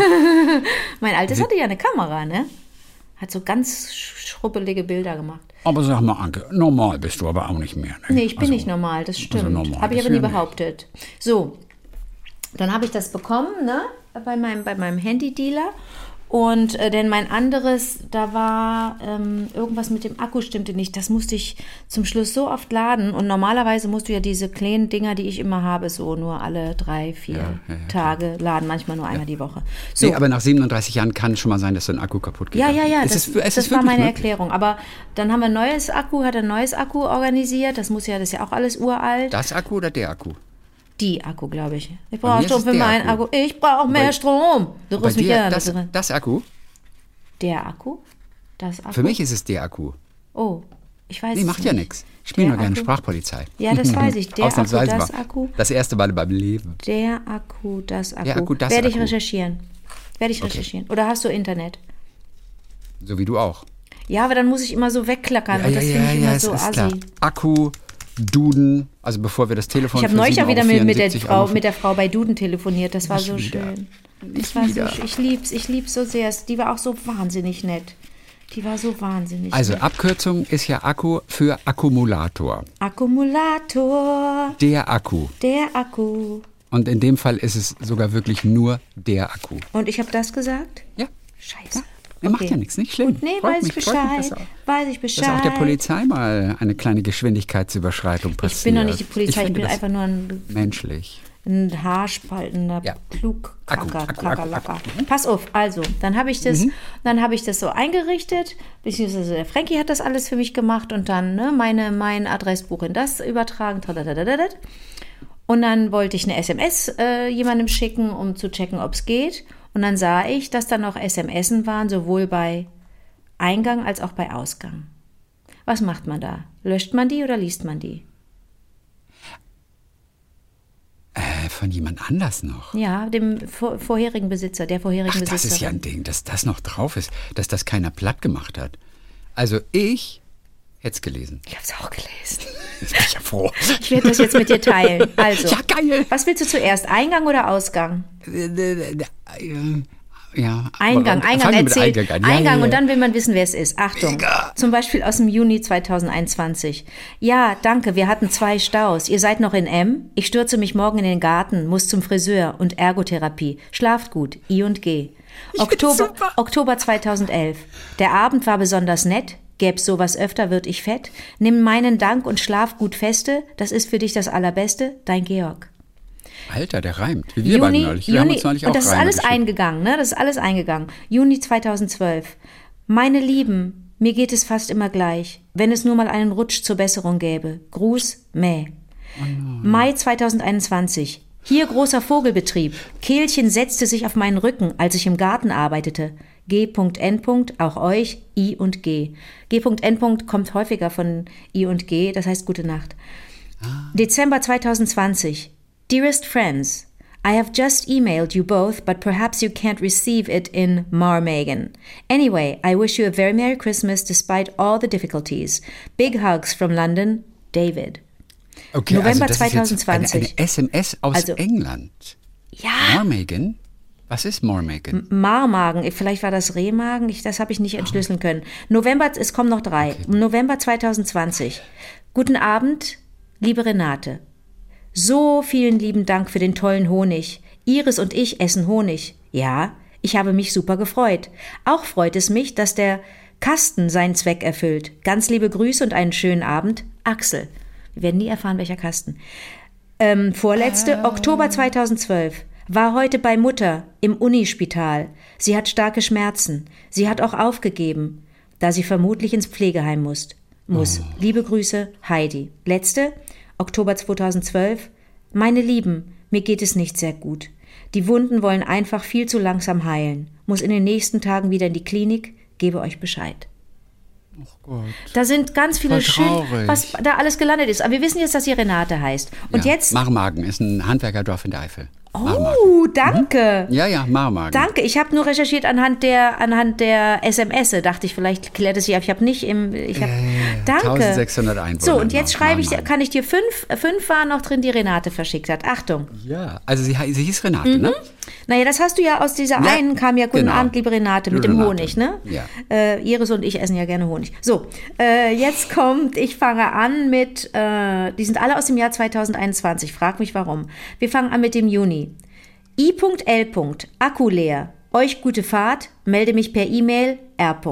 Mein altes hatte ja eine Kamera, ne? Hat so ganz schrubbelige Bilder gemacht. Aber sag mal, Anke, normal bist du aber auch nicht mehr. Ne? Nee, ich bin also, nicht normal, das stimmt. Also normal habe ich aber ja nie nicht. behauptet. So, dann habe ich das bekommen, ne? Bei meinem, bei meinem Handydealer. Und äh, denn mein anderes, da war ähm, irgendwas mit dem Akku stimmte nicht. Das musste ich zum Schluss so oft laden. Und normalerweise musst du ja diese kleinen Dinger, die ich immer habe, so nur alle drei, vier Ja, ja, ja, Tage laden, manchmal nur einmal Ja. die Woche. So. Nee, aber nach siebenunddreißig Jahren kann es schon mal sein, dass so ein Akku kaputt geht. Ja, ja, ja, Es das, ist, es das ist war wirklich meine möglich. Erklärung. Aber dann haben wir ein neues Akku, hat ein neues Akku organisiert. Das muss ja, das ist ja auch alles uralt. Das Akku oder der Akku? Die Akku, glaube ich. Ich Bei brauche mir ist Strom es für der meinen Akku. Akku. Ich brauche mehr Bei- Strom. Du Bei rufst mich dir, an. das, das Akku? Der Akku? Das Akku? Für mich ist es der Akku. Oh, ich weiß Nee, es macht nicht. ja nichts. Ich spiele Der nur gerne Akku? Sprachpolizei. Ja, das weiß ich. Der Akku, Ausnahmsweise das mal. Akku. Das erste Mal in meinem Leben. Der Akku, das Akku. Der Akku, das Werde ich Akku. recherchieren. Werde ich Okay. recherchieren. Oder hast du Internet? So wie du auch. Ja, aber dann muss ich immer so wegklackern. Ja, und ja, das ja, finde ich ja, immer es so ist assi. klar. Akku, Duden, also bevor wir das Telefon Ich habe für neulich auch wieder mit, mit, der sieben Euro Frau, vierundsiebzig mit der Frau bei Duden telefoniert. Das war Nicht so wieder. schön. Das Nicht war so, wieder. sch- ich lieb's, ich lieb's so sehr. Die war auch so wahnsinnig nett. Die war so wahnsinnig. Also ne? Abkürzung ist ja Akku für Akkumulator. Akkumulator. Der Akku. Der Akku. Und in dem Fall ist es sogar wirklich nur der Akku. Und ich habe das gesagt? Ja. Scheiße. Ja. Er macht ja nichts, nicht schlimm. Gut, nee, Freut weiß mich, ich freut mich, Bescheid. dass auch- Weiß ich Bescheid. Dass auch der Polizei mal eine kleine Geschwindigkeitsüberschreitung passiert. Ich bin doch nicht die Polizei, ich, finde bin das einfach nur ein, menschlich. ein haarspaltender Ja. Klugkacker. Akku, Akku, Kakerlaker. Akku, Akku. Pass auf, also, dann habe ich das, Mhm. dann habe ich das so eingerichtet, beziehungsweise der Frankie hat das alles für mich gemacht und dann ne, meine, mein Adressbuch in das übertragen. Tadadadadadat. Und dann wollte ich eine S M S äh, jemandem schicken, um zu checken, ob es geht. Und dann sah ich, dass da noch S M Sen waren, sowohl bei Eingang als auch bei Ausgang. Was macht man da? Löscht man die oder liest man die? Äh, von jemand anders noch. Ja, dem vor, vorherigen Besitzer, der vorherigen Ach, Besitzerin. das ist ja ein Ding, dass das noch drauf ist, dass das keiner platt gemacht hat. Also ich hätte es gelesen. Ich habe es auch gelesen. Jetzt bin ich ja froh. Ich werde das jetzt mit dir teilen. Also, Ja, geil. was willst du zuerst? Eingang oder Ausgang? Ja, Eingang, aber Eingang, fangen wir mit erzähl. Eingang an. Ja, Eingang ja, ja. und dann will man wissen, wer es ist. Achtung, Mega. zum Beispiel aus dem Juni zweitausendeinundzwanzig. Ja, danke, wir hatten zwei Staus. Ihr seid noch in M? Ich stürze mich morgen in den Garten, muss zum Friseur und Ergotherapie. Schlaft gut, I und G. Oktober, super. Oktober zweitausendelf. Der Abend war besonders nett. Gäb's sowas öfter, würd ich fett. Nimm meinen Dank und schlaf gut feste. Das ist für dich das Allerbeste. Dein Georg. Alter, der reimt. Wie wir beide Juni, neulich. Wir haben Juni, uns neulich und auch das ist Reime alles geschickt. eingegangen, ne? Das ist alles eingegangen. Juni zweitausendzwölf. Meine Lieben, mir geht es fast immer gleich, wenn es nur mal einen Rutsch zur Besserung gäbe. Gruß, Mäh. Mai zweitausendeinundzwanzig. Hier großer Vogelbetrieb. Kehlchen setzte sich auf meinen Rücken, als ich im Garten arbeitete. G N auch euch, I und G. G N kommt häufiger von I und G, das heißt gute Nacht. Dezember zweitausendzwanzig. Dearest friends, I have just emailed you both, but perhaps you can't receive it in Marmagen. Anyway, I wish you a very Merry Christmas despite all the difficulties. Big hugs from London, David. Okay, November also das zweitausendzwanzig. Ist jetzt eine, eine S M S aus Also- England. Ja, Marmagen? Was ist Marmagen? Marmagen, vielleicht war das Rehmagen, ich, das habe ich nicht entschlüsseln können. November, es kommen noch drei. November zweitausendzwanzig. Guten Abend, liebe Renate. So vielen lieben Dank für den tollen Honig. Iris und ich essen Honig. Ja, ich habe mich super gefreut. Auch freut es mich, dass der Kasten seinen Zweck erfüllt. Ganz liebe Grüße und einen schönen Abend, Axel. Wir werden nie erfahren, welcher Kasten. Ähm, vorletzte, Ah. Oktober zweitausendzwölf. War heute bei Mutter im Unispital. Sie hat starke Schmerzen. Sie hat auch aufgegeben, da sie vermutlich ins Pflegeheim muss. muss. Oh. Liebe Grüße, Heidi. Letzte, Oktober zweitausendzwölf. Meine Lieben, mir geht es nicht sehr gut. Die Wunden wollen einfach viel zu langsam heilen. Muss in den nächsten Tagen wieder in die Klinik. Gebe euch Bescheid. Oh Gott. Da sind ganz viele Voll schön, traurig. was da alles gelandet ist. Aber wir wissen jetzt, dass sie Renate heißt. Und Ja, jetzt... Marmagen ist ein Handwerkerdorf in der Eifel. Oh, danke. Ja, ja, Marmagen. Danke, ich habe nur recherchiert anhand der anhand der S M S. Dachte ich, vielleicht klärt es sich, aber ich habe nicht im ich hab, Danke. eintausendsechshundert Einwohner. So, und jetzt Mar- schreibe ich, Marmagen. kann ich dir fünf, fünf waren noch drin, die Renate verschickt hat. Achtung. Ja, also sie, sie hieß Renate, ne? Naja, das hast du ja aus dieser Ja, einen, kam ja Guten genau. Abend, liebe Renate, mit Liebe dem Renate. Honig, ne? Ja. Äh, Iris und ich essen ja gerne Honig. So, äh, jetzt kommt, ich fange an mit, äh, die sind alle aus dem Jahr zweitausendeinundzwanzig, frag mich warum. Wir fangen an mit dem Juni. I L. Akku leer. Euch gute Fahrt, melde mich per E-Mail, R.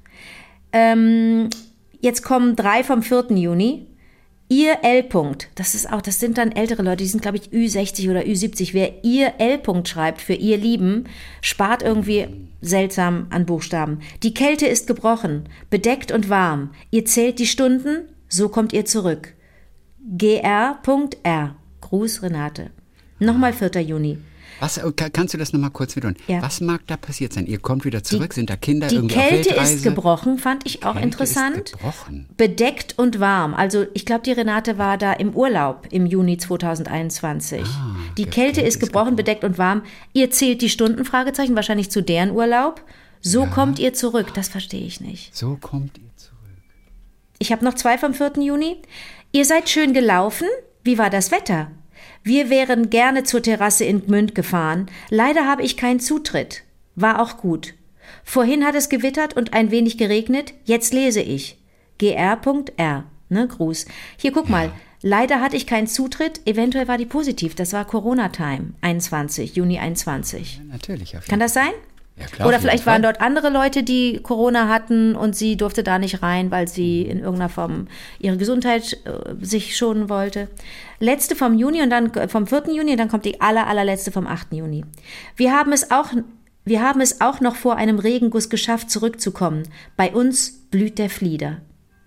Ähm, jetzt kommen drei vom vierten Juni. Ihr L. Das ist auch, das sind dann ältere Leute, die sind, glaube ich, Ü sechzig oder Ü siebzig. Wer ihr L. schreibt für ihr Lieben, spart irgendwie seltsam an Buchstaben. Die Kälte ist gebrochen, bedeckt und warm. Ihr zählt die Stunden, so kommt ihr zurück. G R R. Gruß, Renate. Nochmal vierter Juni. Was, ka- kannst du das nochmal kurz wiederholen? Ja. Was mag da passiert sein? Ihr kommt wieder zurück, sind da Kinder Die irgendwie auf Kälte Weltreise? ist gebrochen, fand ich auch Kälte interessant. Ist gebrochen. Bedeckt und warm. Also ich glaube, die Renate war da im Urlaub im Juni zweitausendeinundzwanzig. Ah, die die Kälte Kälte ist ist gebrochen, gebrochen. bedeckt und warm. Ihr zählt die Stunden, Fragezeichen, wahrscheinlich zu deren Urlaub. So kommt ihr zurück. Das verstehe ich nicht. So kommt ihr zurück. Ich habe noch zwei vom vierten Juni. Ihr seid schön gelaufen. Wie war das Wetter? Wir wären gerne zur Terrasse in Gmünd gefahren. Leider habe ich keinen Zutritt. War auch gut. Vorhin hat es gewittert und ein wenig geregnet, jetzt lese ich. G R R, ne, Gruß. Hier, guck ja. mal, leider hatte ich keinen Zutritt, eventuell war die positiv, das war Corona-Time, einundzwanzig, Juni einundzwanzig. Ja, natürlich. Auf jeden Kann das sein? Ja, klar, oder vielleicht waren dort andere Leute, die Corona hatten und sie durfte da nicht rein, weil sie in irgendeiner Form ihre Gesundheit äh, sich schonen wollte. Letzte vom Juni und dann vom vierten Juni, dann kommt die aller, allerletzte vom achten Juni. Wir haben es auch, wir haben es auch noch vor einem Regenguss geschafft, zurückzukommen. Bei uns blüht der Flieder.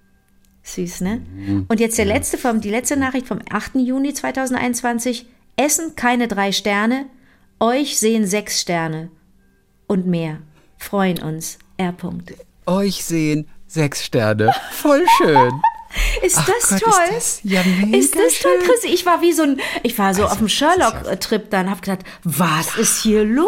Süß, ne? Mhm. Und jetzt der letzte vom, die letzte Nachricht vom achten Juni zweitausendeinundzwanzig. Essen keine drei Sterne, euch sehen sechs Sterne. Und mehr. Freuen uns. R. Euch sehen sechs Sterne. Voll schön. Ist Ach das Gott, toll? Ist das, ja, mega ist das schön. toll, Chrissy? Ich war wie so ein, ich war so also, auf dem Sherlock-Trip dann, hab gedacht, was ist hier los?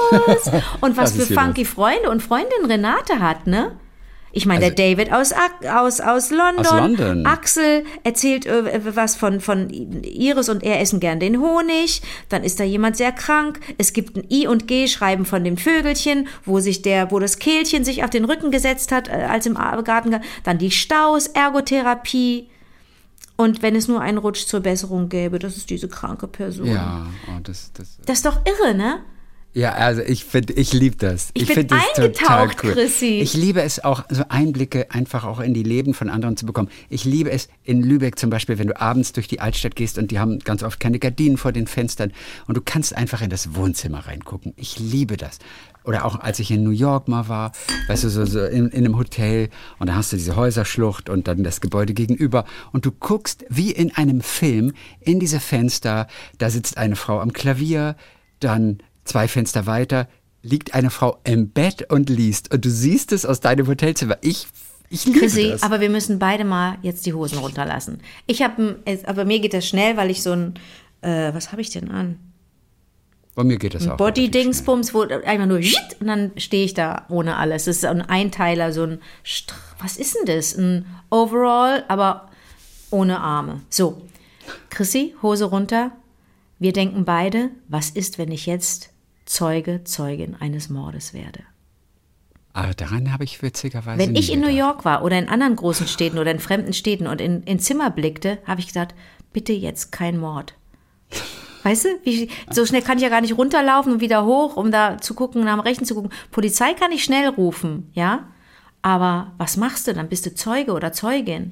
Und was, was für funky los? Freunde und Freundin Renate hat, ne? Ich meine, also, der David aus, aus, aus, London, aus London, Axel erzählt äh, was von, von Iris und er essen gern den Honig. Dann ist da jemand sehr krank. Es gibt ein I und G schreiben von dem Vögelchen, wo sich der, wo das Kehlchen sich auf den Rücken gesetzt hat, äh, als im Garten. Dann die Staus, Ergotherapie. Und wenn es nur einen Rutsch zur Besserung gäbe, das ist diese kranke Person. Ja, oh, das, das, das ist doch irre, ne? Ja, also ich finde, ich liebe das. Ich, ich bin das eingetaucht, cool. Chrissy. Ich liebe es auch, so Einblicke einfach auch in die Leben von anderen zu bekommen. Ich liebe es in Lübeck zum Beispiel, wenn du abends durch die Altstadt gehst und die haben ganz oft keine Gardinen vor den Fenstern und du kannst einfach in das Wohnzimmer reingucken. Ich liebe das. Oder auch als ich in New York mal war, weißt du, so, so in, in einem Hotel und da hast du diese Häuserschlucht und dann das Gebäude gegenüber und du guckst wie in einem Film in diese Fenster, da sitzt eine Frau am Klavier, dann zwei Fenster weiter liegt eine Frau im Bett und liest. Und du siehst es aus deinem Hotelzimmer. Ich, ich liebe Chrissy, das. Aber wir müssen beide mal jetzt die Hosen runterlassen. Ich habe, aber mir geht das schnell, weil ich so ein, äh, was habe ich denn an? Bei mir geht das auch. Body-Dingsbums, wo einfach nur und dann stehe ich da ohne alles. Das ist ein Einteiler, so ein, was ist denn das? Ein Overall, aber ohne Arme. So, Chrissy, Hose runter. Wir denken beide, was ist, wenn ich jetzt Zeuge, Zeugin eines Mordes werde? Aber daran habe ich witzigerweise Wenn ich in gedacht. New York war oder in anderen großen Städten oder in fremden Städten und in, in Zimmer blickte, habe ich gedacht, bitte jetzt kein Mord. Weißt du, wie, so schnell kann ich ja gar nicht runterlaufen und wieder hoch, um da zu gucken, nach dem Rechten zu gucken. Polizei kann ich schnell rufen, ja? Aber was machst du? Dann bist du Zeuge oder Zeugin.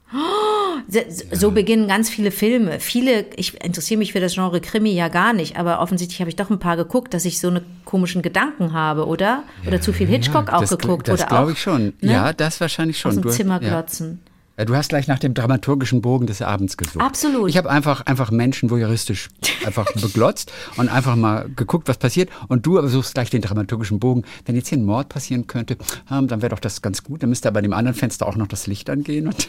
So, so ja. beginnen ganz viele Filme. Viele, ich interessiere mich für das Genre Krimi ja gar nicht, aber offensichtlich habe ich doch ein paar geguckt, dass ich so eine komischen Gedanken habe, oder? Oder ja, zu viel Hitchcock ja, auch das, geguckt. Das glaube ich schon. Ne? Ja, das wahrscheinlich schon. Aus dem du, Zimmer glotzen. Ja. Du hast gleich nach dem dramaturgischen Bogen des Abends gesucht. Absolut. Ich habe einfach, einfach Menschen voyeuristisch einfach beglotzt und einfach mal geguckt, was passiert. Und du suchst gleich den dramaturgischen Bogen. Wenn jetzt hier ein Mord passieren könnte, dann wäre doch das ganz gut. Dann müsste bei dem anderen Fenster auch noch das Licht angehen. Und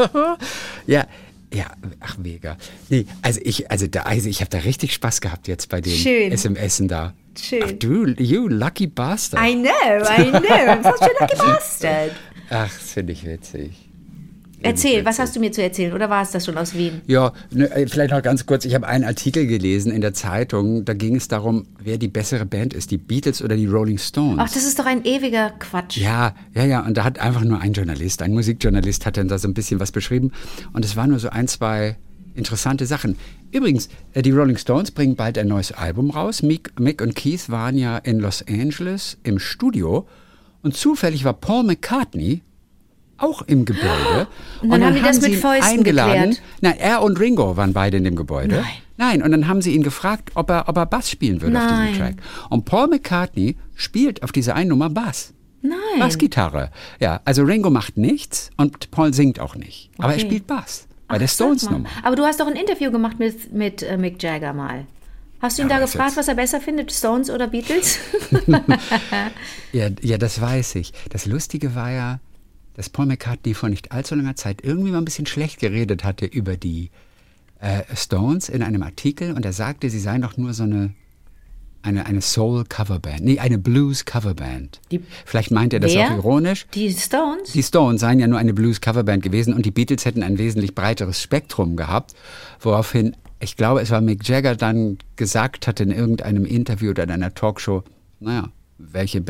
ja, ja, ach mega. Nee, also ich, also da, also ich habe da richtig Spaß gehabt jetzt bei den Schön. S M S da. Schön. Ach du, you lucky bastard. I know, I know. I'm such a lucky bastard. Ach, das finde ich witzig. Erzähl, was hast du mir zu erzählen? Oder war es das schon aus Wien? Ja, ne, vielleicht noch ganz kurz. Ich habe einen Artikel gelesen in der Zeitung. Da ging es darum, wer die bessere Band ist, die Beatles oder die Rolling Stones. Ach, das ist doch ein ewiger Quatsch. Ja, ja, ja. Und da hat einfach nur ein Journalist, ein Musikjournalist, hat dann da so ein bisschen was beschrieben. Und es waren nur so ein, zwei interessante Sachen. Übrigens, die Rolling Stones bringen bald ein neues Album raus. Mick, Mick und Keith waren ja in Los Angeles im Studio. Und zufällig war Paul McCartney auch im Gebäude. Und dann, und dann haben die das mit Fäusten eingeladen. geklärt. Nein, er und Ringo waren beide in dem Gebäude. Nein. Nein, und dann haben sie ihn gefragt, ob er, ob er Bass spielen würde Nein. auf diesem Track. Und Paul McCartney spielt auf dieser einen Nummer Bass. Nein. Bassgitarre. Ja, also Ringo macht nichts und Paul singt auch nicht. Aber Okay. er spielt Bass bei Ach, der sag mal. Stones-Nummer. Aber du hast doch ein Interview gemacht mit, mit äh, Mick Jagger mal. Hast du ihn Ja, da was gefragt, jetzt? was er besser findet, Stones oder Beatles? Ja, ja, das weiß ich. Das Lustige war ja, dass Paul McCartney vor nicht allzu langer Zeit irgendwie mal ein bisschen schlecht geredet hatte über die äh, Stones in einem Artikel und er sagte, sie seien doch nur so eine, eine, eine Soul-Coverband, nee, eine Blues-Coverband. Die- Vielleicht meint er das Wer? auch ironisch. Die Stones? Die Stones seien ja nur eine Blues-Coverband gewesen und die Beatles hätten ein wesentlich breiteres Spektrum gehabt, woraufhin, ich glaube, es war Mick Jagger dann gesagt hatte in irgendeinem Interview oder in einer Talkshow, naja, welche Band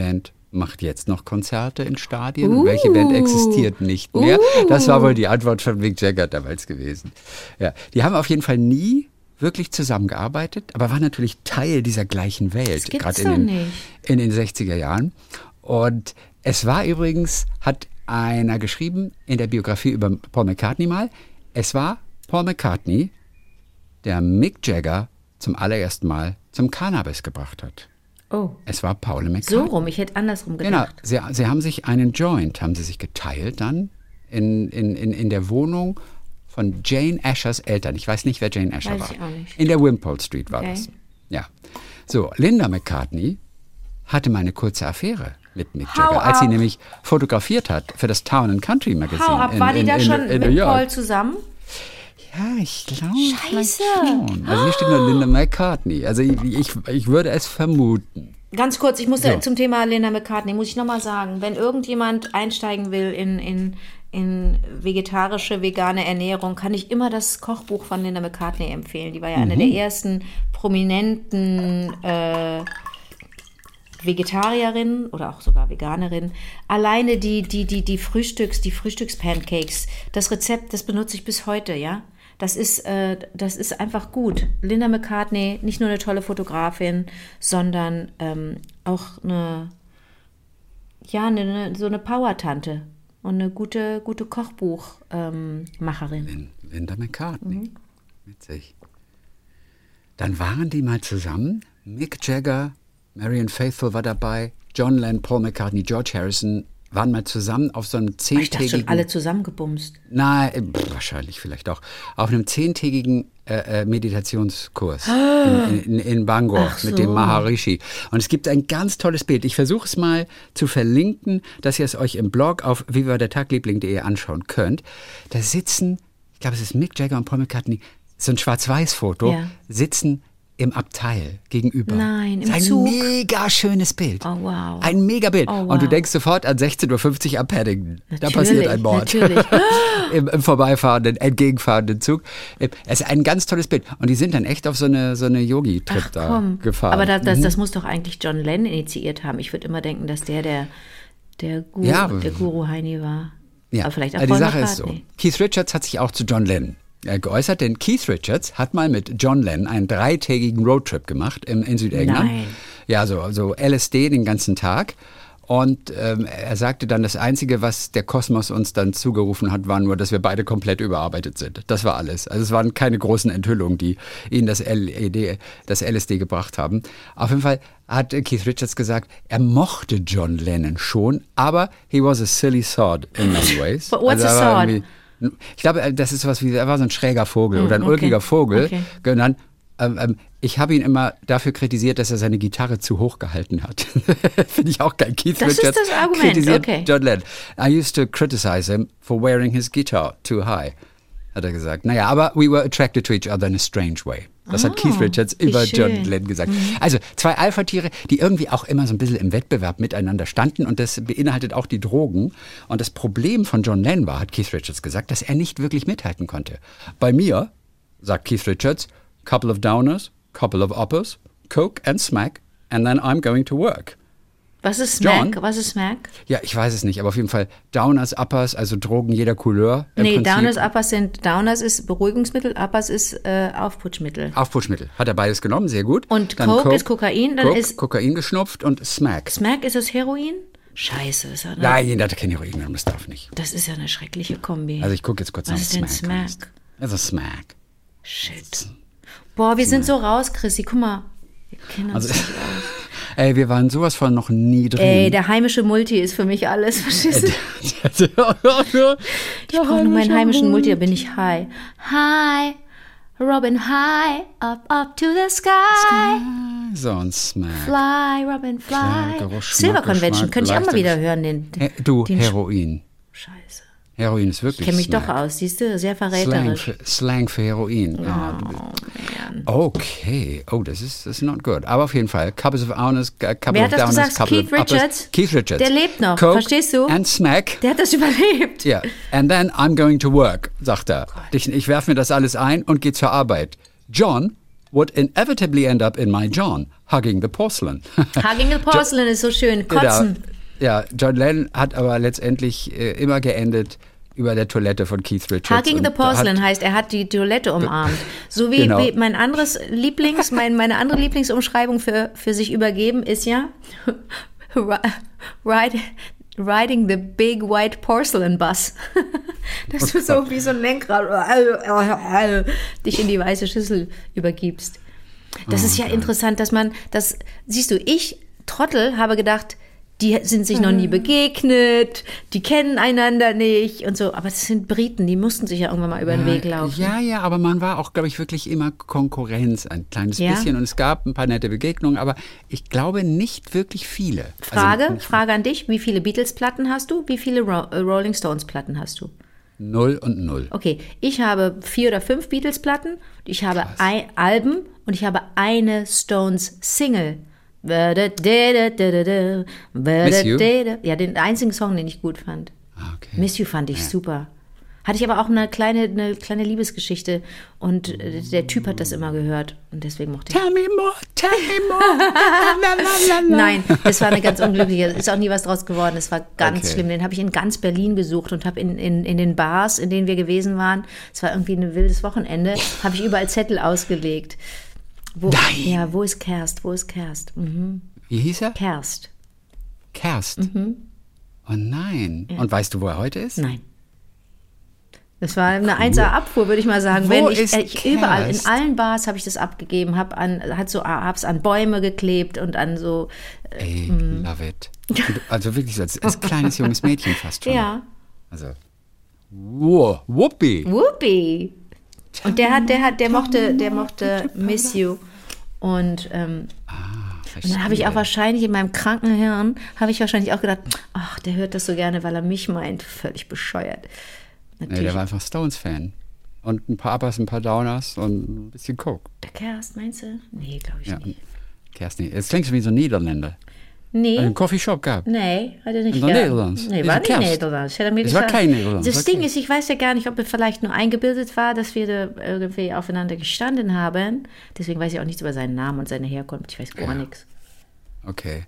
macht jetzt noch Konzerte in Stadien. Uh. Und welche Band existiert nicht mehr? Uh. Das war wohl die Antwort von Mick Jagger damals gewesen. Ja, die haben auf jeden Fall nie wirklich zusammengearbeitet, aber waren natürlich Teil dieser gleichen Welt, gerade in, den, in den sechziger Jahren. Und es war übrigens, hat einer geschrieben in der Biografie über Paul McCartney mal, es war Paul McCartney, der Mick Jagger zum allerersten Mal zum Cannabis gebracht hat. Oh. Es war Paul McCartney. So rum, ich hätte andersrum gedacht. Genau, sie, sie haben sich einen Joint, haben sie sich geteilt dann in, in, in, in der Wohnung von Jane Ashers Eltern. Ich weiß nicht, wer Jane Asher weiß war. Ich auch nicht. In der Wimpole Street war Okay. das. Ja. So, Linda McCartney hatte mal eine kurze Affäre mit Mick Hau Jagger, als sie ab. nämlich fotografiert hat für das Town and Country Magazine. Hau ab, in, war die in, da in, schon in, in mit New York. Paul zusammen? Ja, ich glaube Scheiße. schon. Also hier steht nur Linda McCartney. Also ich, ich, ich würde es vermuten. Ganz kurz, ich musste So. zum Thema Linda McCartney, muss ich nochmal sagen, wenn irgendjemand einsteigen will in, in, in vegetarische, vegane Ernährung, kann ich immer das Kochbuch von Linda McCartney empfehlen. Die war ja eine der ersten prominenten äh, Vegetarierinnen oder auch sogar Veganerinnen. Alleine die, die, die, die Frühstücks, die Frühstückspancakes, das Rezept, das benutze ich bis heute, ja. Das ist, äh, das ist einfach gut. Linda McCartney, nicht nur eine tolle Fotografin, sondern ähm, auch eine, ja, eine, eine, so eine Power-Tante und eine gute, gute Kochbuchmacherin. Ähm, Linda McCartney. Mhm. Witzig. Dann waren die mal zusammen. Mick Jagger, Marianne Faithfull war dabei, John Lennon, Paul McCartney, George Harrison waren mal zusammen auf so einem zehntägigen... Ich dachte schon, alle zusammengebumst. Nein, wahrscheinlich vielleicht auch. Auf einem zehntägigen äh, Meditationskurs ah. in, in, in Bangor so. mit dem Maharishi. Und es gibt ein ganz tolles Bild. Ich versuche es mal zu verlinken, dass ihr es euch im Blog auf wie war der Tag Liebling punkt de anschauen könnt. Da sitzen, ich glaube, es ist Mick Jagger und Paul McCartney, so ein Schwarz-Weiß-Foto, ja. sitzen im Abteil gegenüber. Nein, im ein Zug. Ein mega schönes Bild. Oh, wow. Ein mega Bild. Oh, wow. Und du denkst sofort an sechzehn Uhr fünfzig am Paddington. Natürlich, da passiert ein Mord. Natürlich. Im, Im vorbeifahrenden, entgegenfahrenden Zug. Es ist ein ganz tolles Bild. Und die sind dann echt auf so eine, so eine Yogi-Trip Ach, da komm. gefahren. Aber das, das, mhm. das muss doch eigentlich John Lennon initiiert haben. Ich würde immer denken, dass der der, der, Guru, ja, der Guru Heini war. Ja, aber vielleicht auch die Paul Sache McCartney. ist so. Keith Richards hat sich auch zu John Lennon geäußert, denn Keith Richards hat mal mit John Lennon einen dreitägigen Roadtrip gemacht in, in Südengland. Nein. Ja, so, so L S D den ganzen Tag. Und ähm, er sagte dann, das Einzige, was der Kosmos uns dann zugerufen hat, war nur, dass wir beide komplett überarbeitet sind. Das war alles. Also es waren keine großen Enthüllungen, die ihnen das L E D, das L S D gebracht haben. Auf jeden Fall hat Keith Richards gesagt, er mochte John Lennon schon, aber he was a silly sod in many ways. But what's also a sod? Ich glaube, das ist was wie, er war so ein schräger Vogel mm, oder ein okay. ulkiger Vogel. Okay. Und dann, ähm, ähm, ich habe ihn immer dafür kritisiert, dass er seine Gitarre zu hoch gehalten hat. Finde ich auch geil. Keith das Richards ist das Argument, kritisiert okay. John Lennon. I used to criticize him for wearing his guitar too high, hat er gesagt. Naja, aber we were attracted to each other in a strange way. Das oh, hat Keith Richards über schön. John Lennon gesagt. Mhm. Also zwei Alpha-Tiere, die irgendwie auch immer so ein bisschen im Wettbewerb miteinander standen und das beinhaltet auch die Drogen. Und das Problem von John Lennon war, hat Keith Richards gesagt, dass er nicht wirklich mithalten konnte. Bei mir, sagt Keith Richards, couple of downers, couple of uppers, coke and smack, and then I'm going to work. Was ist Smack? John? Was ist Smack? Ja, ich weiß es nicht, aber auf jeden Fall Downers, Uppers, also Drogen jeder Couleur. Im Nee, Prinzip. Downers, Uppers sind, Downers ist Beruhigungsmittel, Uppers ist äh, Aufputschmittel. Aufputschmittel. Hat er beides genommen, sehr gut. Und Dann Coke, ist Kokain, dann Coke, ist... Kokain geschnupft und Smack. Smack, ist das Heroin? Scheiße. Ist ja eine, Nein, der hat kein Heroin genommen, das darf nicht. Das ist ja eine schreckliche Kombi. Also ich gucke jetzt kurz nach Was ist denn Smack. Smack? Also Smack. Shit. Boah, wir sind so raus, Chrissy. Guck mal, wir kennen uns Also, nicht aus. Ey, wir waren sowas von noch nie drin. Ey, der heimische Multi ist für mich alles. Verstehst du? ich Ich brauche nur meinen heimischen Multi, da bin ich high. High, Robin, high, up, up to the sky. So ein Smack. Fly, Robin, fly. Klar, Geruch, Schmack, Silver Convention, Geschmack, könnte ich auch mal leichter wieder Gesch- hören. Den, den, Hey, du, den Heroin. Scheiße. Heroin ist wirklich Ich kenne mich Smack. doch aus, siehst du? Sehr Slang verräterisch. für, Slang für Heroin. Oh, Ja. man. Okay. Oh, das ist, das ist not good. Aber auf jeden Fall. Couples of Owners, uh, couple Wer of hat das Downers, gesagt? couple Keith of uppers. Richards? Keith Richards. Der lebt noch, Coke verstehst du? And Smack. Der hat das überlebt. Ja. And then I'm going to work, sagt er. Ich, ich werfe mir das alles ein und gehe zur Arbeit. John would inevitably end up in my John, hugging the porcelain. Hugging the Porcelain ist so schön. Kotzen. Ja, John Lennon hat aber letztendlich äh, immer geendet über der Toilette von Keith Richards. Hugging the Porcelain heißt, er hat die Toilette umarmt. So wie, Genau. wie mein anderes Lieblings, mein, meine andere Lieblingsumschreibung für, für sich übergeben ist ja ride, riding the big white porcelain bus. Dass du so wie so ein Lenkrad dich in die weiße Schüssel übergibst. Das Oh, ist ja geil. interessant, dass man, das siehst du, ich, Trottel, habe gedacht, die sind sich noch nie begegnet, die kennen einander nicht und so. Aber das sind Briten, die mussten sich ja irgendwann mal über den Weg laufen. Ja, ja, aber man war auch, glaube ich, wirklich immer Konkurrenz, ein kleines Ja. bisschen. Und es gab ein paar nette Begegnungen, aber ich glaube nicht wirklich viele. Frage, Also, Frage an dich, wie viele Beatles-Platten hast du? Wie viele Ro äh, Rolling Stones-Platten hast du? null und null. Okay, ich habe vier oder fünf Beatles-Platten, ich habe ein Alben und ich habe eine Stones-Single. Miss You? Ja, den einzigen Song, den ich gut fand. Ah, okay. Miss You fand ich Ja. super. Hatte ich aber auch eine kleine, eine kleine Liebesgeschichte und äh, der Typ hat das immer gehört und deswegen mochte ich. Tell me more, tell me more. La, la, la, la. Nein, das war eine ganz unglückliche, ist auch nie was draus geworden, es war ganz Okay. schlimm. Den habe ich in ganz Berlin gesucht und habe in, in, in den Bars, in denen wir gewesen waren, es war irgendwie ein wildes Wochenende, habe ich überall Zettel ausgelegt. Wo, Nein. Ja, wo ist Kerst, wo ist Kerst? Mhm. Wie hieß er? Kerst, Kerst. Mhm. Oh nein. Und weißt du, wo er heute ist? nein. Das war eine eins A-Abfuhr, würde ich mal sagen. Wo Wenn ich, ist äh, ich überall, in Kerst? allen Bars habe ich das abgegeben, habe an, hat so, hab's an Bäume geklebt und an so, Ey, love it. Und Also wirklich so als, als kleines junges Mädchen fast schon. ja, Also, wow, whoopie. Whoopi. Und der hat, der hat, der mochte, der mochte Miss You. Und, ähm, und dann habe ich auch wahrscheinlich in meinem kranken Hirn, habe ich wahrscheinlich auch gedacht, ach, der hört das so gerne, weil er mich meint. Völlig bescheuert. Nee, Natürlich. der war einfach Stones-Fan. Und ein paar Uppers, ein paar Downers und ein bisschen Coke. Der Kerst, meinst du? Nee, glaube ich Ja, nicht. Kerstin, jetzt klingt es wie so ein Niederländer. Nee. Einen Coffeeshop gab. Nee, hat er nicht In der gehabt. Nederlands. Nee, Ist war ein nicht Kerst. Nederlands. Hat er mir Es war gesagt. kein Nederlands, Das okay. Ding ist, ich weiß ja gar nicht, ob er vielleicht nur eingebildet war, dass wir da irgendwie aufeinander gestanden haben. Deswegen weiß ich auch nichts über seinen Namen und seine Herkunft. Ich weiß gar Ja. nichts. Okay.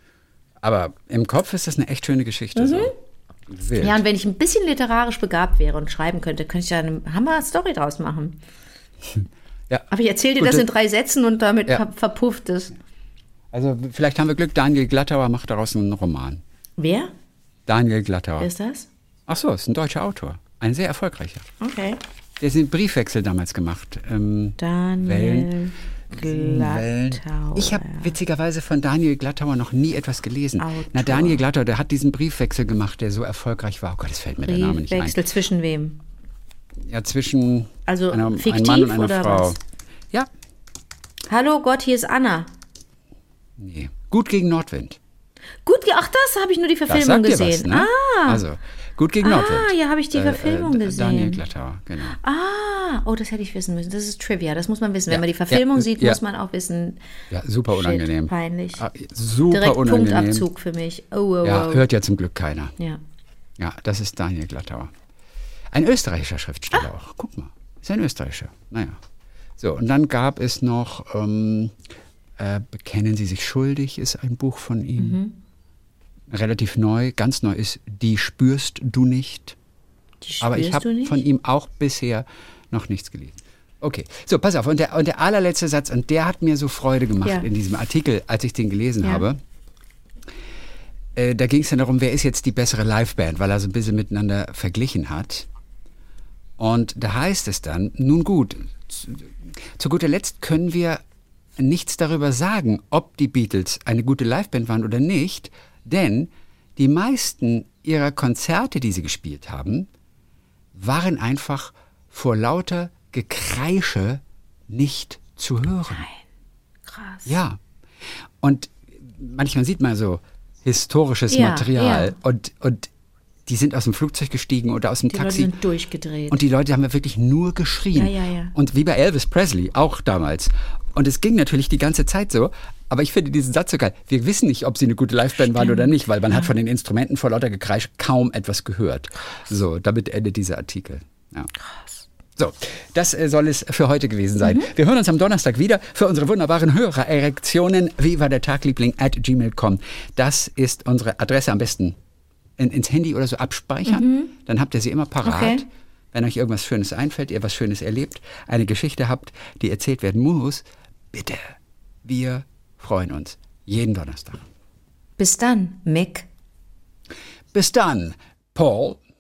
Aber im Kopf ist das eine echt schöne Geschichte. So. Wild. Mhm. Ja, und wenn ich ein bisschen literarisch begabt wäre und schreiben könnte, könnte ich da eine Hammer-Story draus machen. Ja. Aber ich erzähle dir Gut, das in das- drei Sätzen und damit Ja. ver verpufft es. Also vielleicht haben wir Glück, Daniel Glattauer macht daraus einen Roman. Wer? Daniel Glattauer. Wer ist das? Ach so, ist ein deutscher Autor. Ein sehr erfolgreicher. Okay. Der hat einen Briefwechsel damals gemacht. Ähm, Daniel Wellen. Glattauer. Ich habe witzigerweise von Daniel Glattauer noch nie etwas gelesen. Autor. Na, Daniel Glattauer, der hat diesen Briefwechsel gemacht, der so erfolgreich war. Oh Gott, es fällt mir der Name nicht ein. Briefwechsel zwischen wem? Ja, zwischen Also einer, einem fiktiv Mann und einer oder Frau. was? Ja, Hallo Gott, hier ist Anna. nee. Gut gegen Nordwind. Gut, ach, das habe ich nur die Das Verfilmung sagt dir gesehen. was, ne? Ah, Also, gut gegen Ah, Nordwind. ja, habe ich die Verfilmung gesehen. Daniel Glattauer, genau. ah, oh, das hätte ich wissen müssen. Das ist Trivia, das muss man wissen. Ja, Wenn man die Verfilmung ja, sieht, ja. muss man auch wissen. Ja, super Shit, unangenehm. peinlich. Ah, super Direkt unangenehm. Punktabzug für mich. Oh, oh, Ja, oh. hört ja zum Glück keiner. Ja. Ja, das ist Daniel Glattauer. Ein österreichischer Schriftsteller Ah. auch. Guck mal, ist ein österreichischer. Naja. So, und dann gab es noch ähm, äh, Bekennen Sie sich schuldig, ist ein Buch von ihm. Mhm. Relativ neu, ganz neu ist Die spürst du nicht. Die Aber ich spürst du habe nicht? von ihm auch bisher noch nichts gelesen. Okay, so, pass auf. Und der, und der allerletzte Satz, und der hat mir so Freude gemacht Ja. in diesem Artikel, als ich den gelesen Ja. habe. Äh, da ging es ja darum, wer ist jetzt die bessere Liveband, weil er so ein bisschen miteinander verglichen hat. Und da heißt es dann, nun gut, zu, zu guter Letzt können wir nichts darüber sagen, ob die Beatles eine gute Liveband waren oder nicht, denn die meisten ihrer Konzerte, die sie gespielt haben, waren einfach vor lauter Gekreische nicht zu hören. Krass. Ja. Und manchmal sieht man so historisches Ja, Material ja. und, und die sind aus dem Flugzeug gestiegen oder aus dem Die Leute Taxi. sind durchgedreht. Und die Leute haben ja wirklich nur geschrien. Ja, ja, ja. Und wie bei Elvis Presley, auch damals. Und es ging natürlich die ganze Zeit so. Aber ich finde diesen Satz so geil. Wir wissen nicht, ob sie eine gute Liveband waren oder nicht, weil man hat von den Instrumenten vor lauter Gekreisch kaum etwas gehört. So, damit endet dieser Artikel. Ja. Krass. So, das äh, soll es für heute gewesen sein. Mhm. Wir hören uns am Donnerstag wieder für unsere wunderbaren Hörererektionen. Wie war der Tagliebling at gmail punkt com. Das ist unsere Adresse. Am besten in, ins Handy oder so abspeichern. Mhm. Dann habt ihr sie immer parat. Okay. Wenn euch irgendwas Schönes einfällt, ihr was Schönes erlebt, eine Geschichte habt, die erzählt werden muss, bitte. Wir freuen uns jeden Donnerstag. Bis dann, Mick. Bis dann, Paul.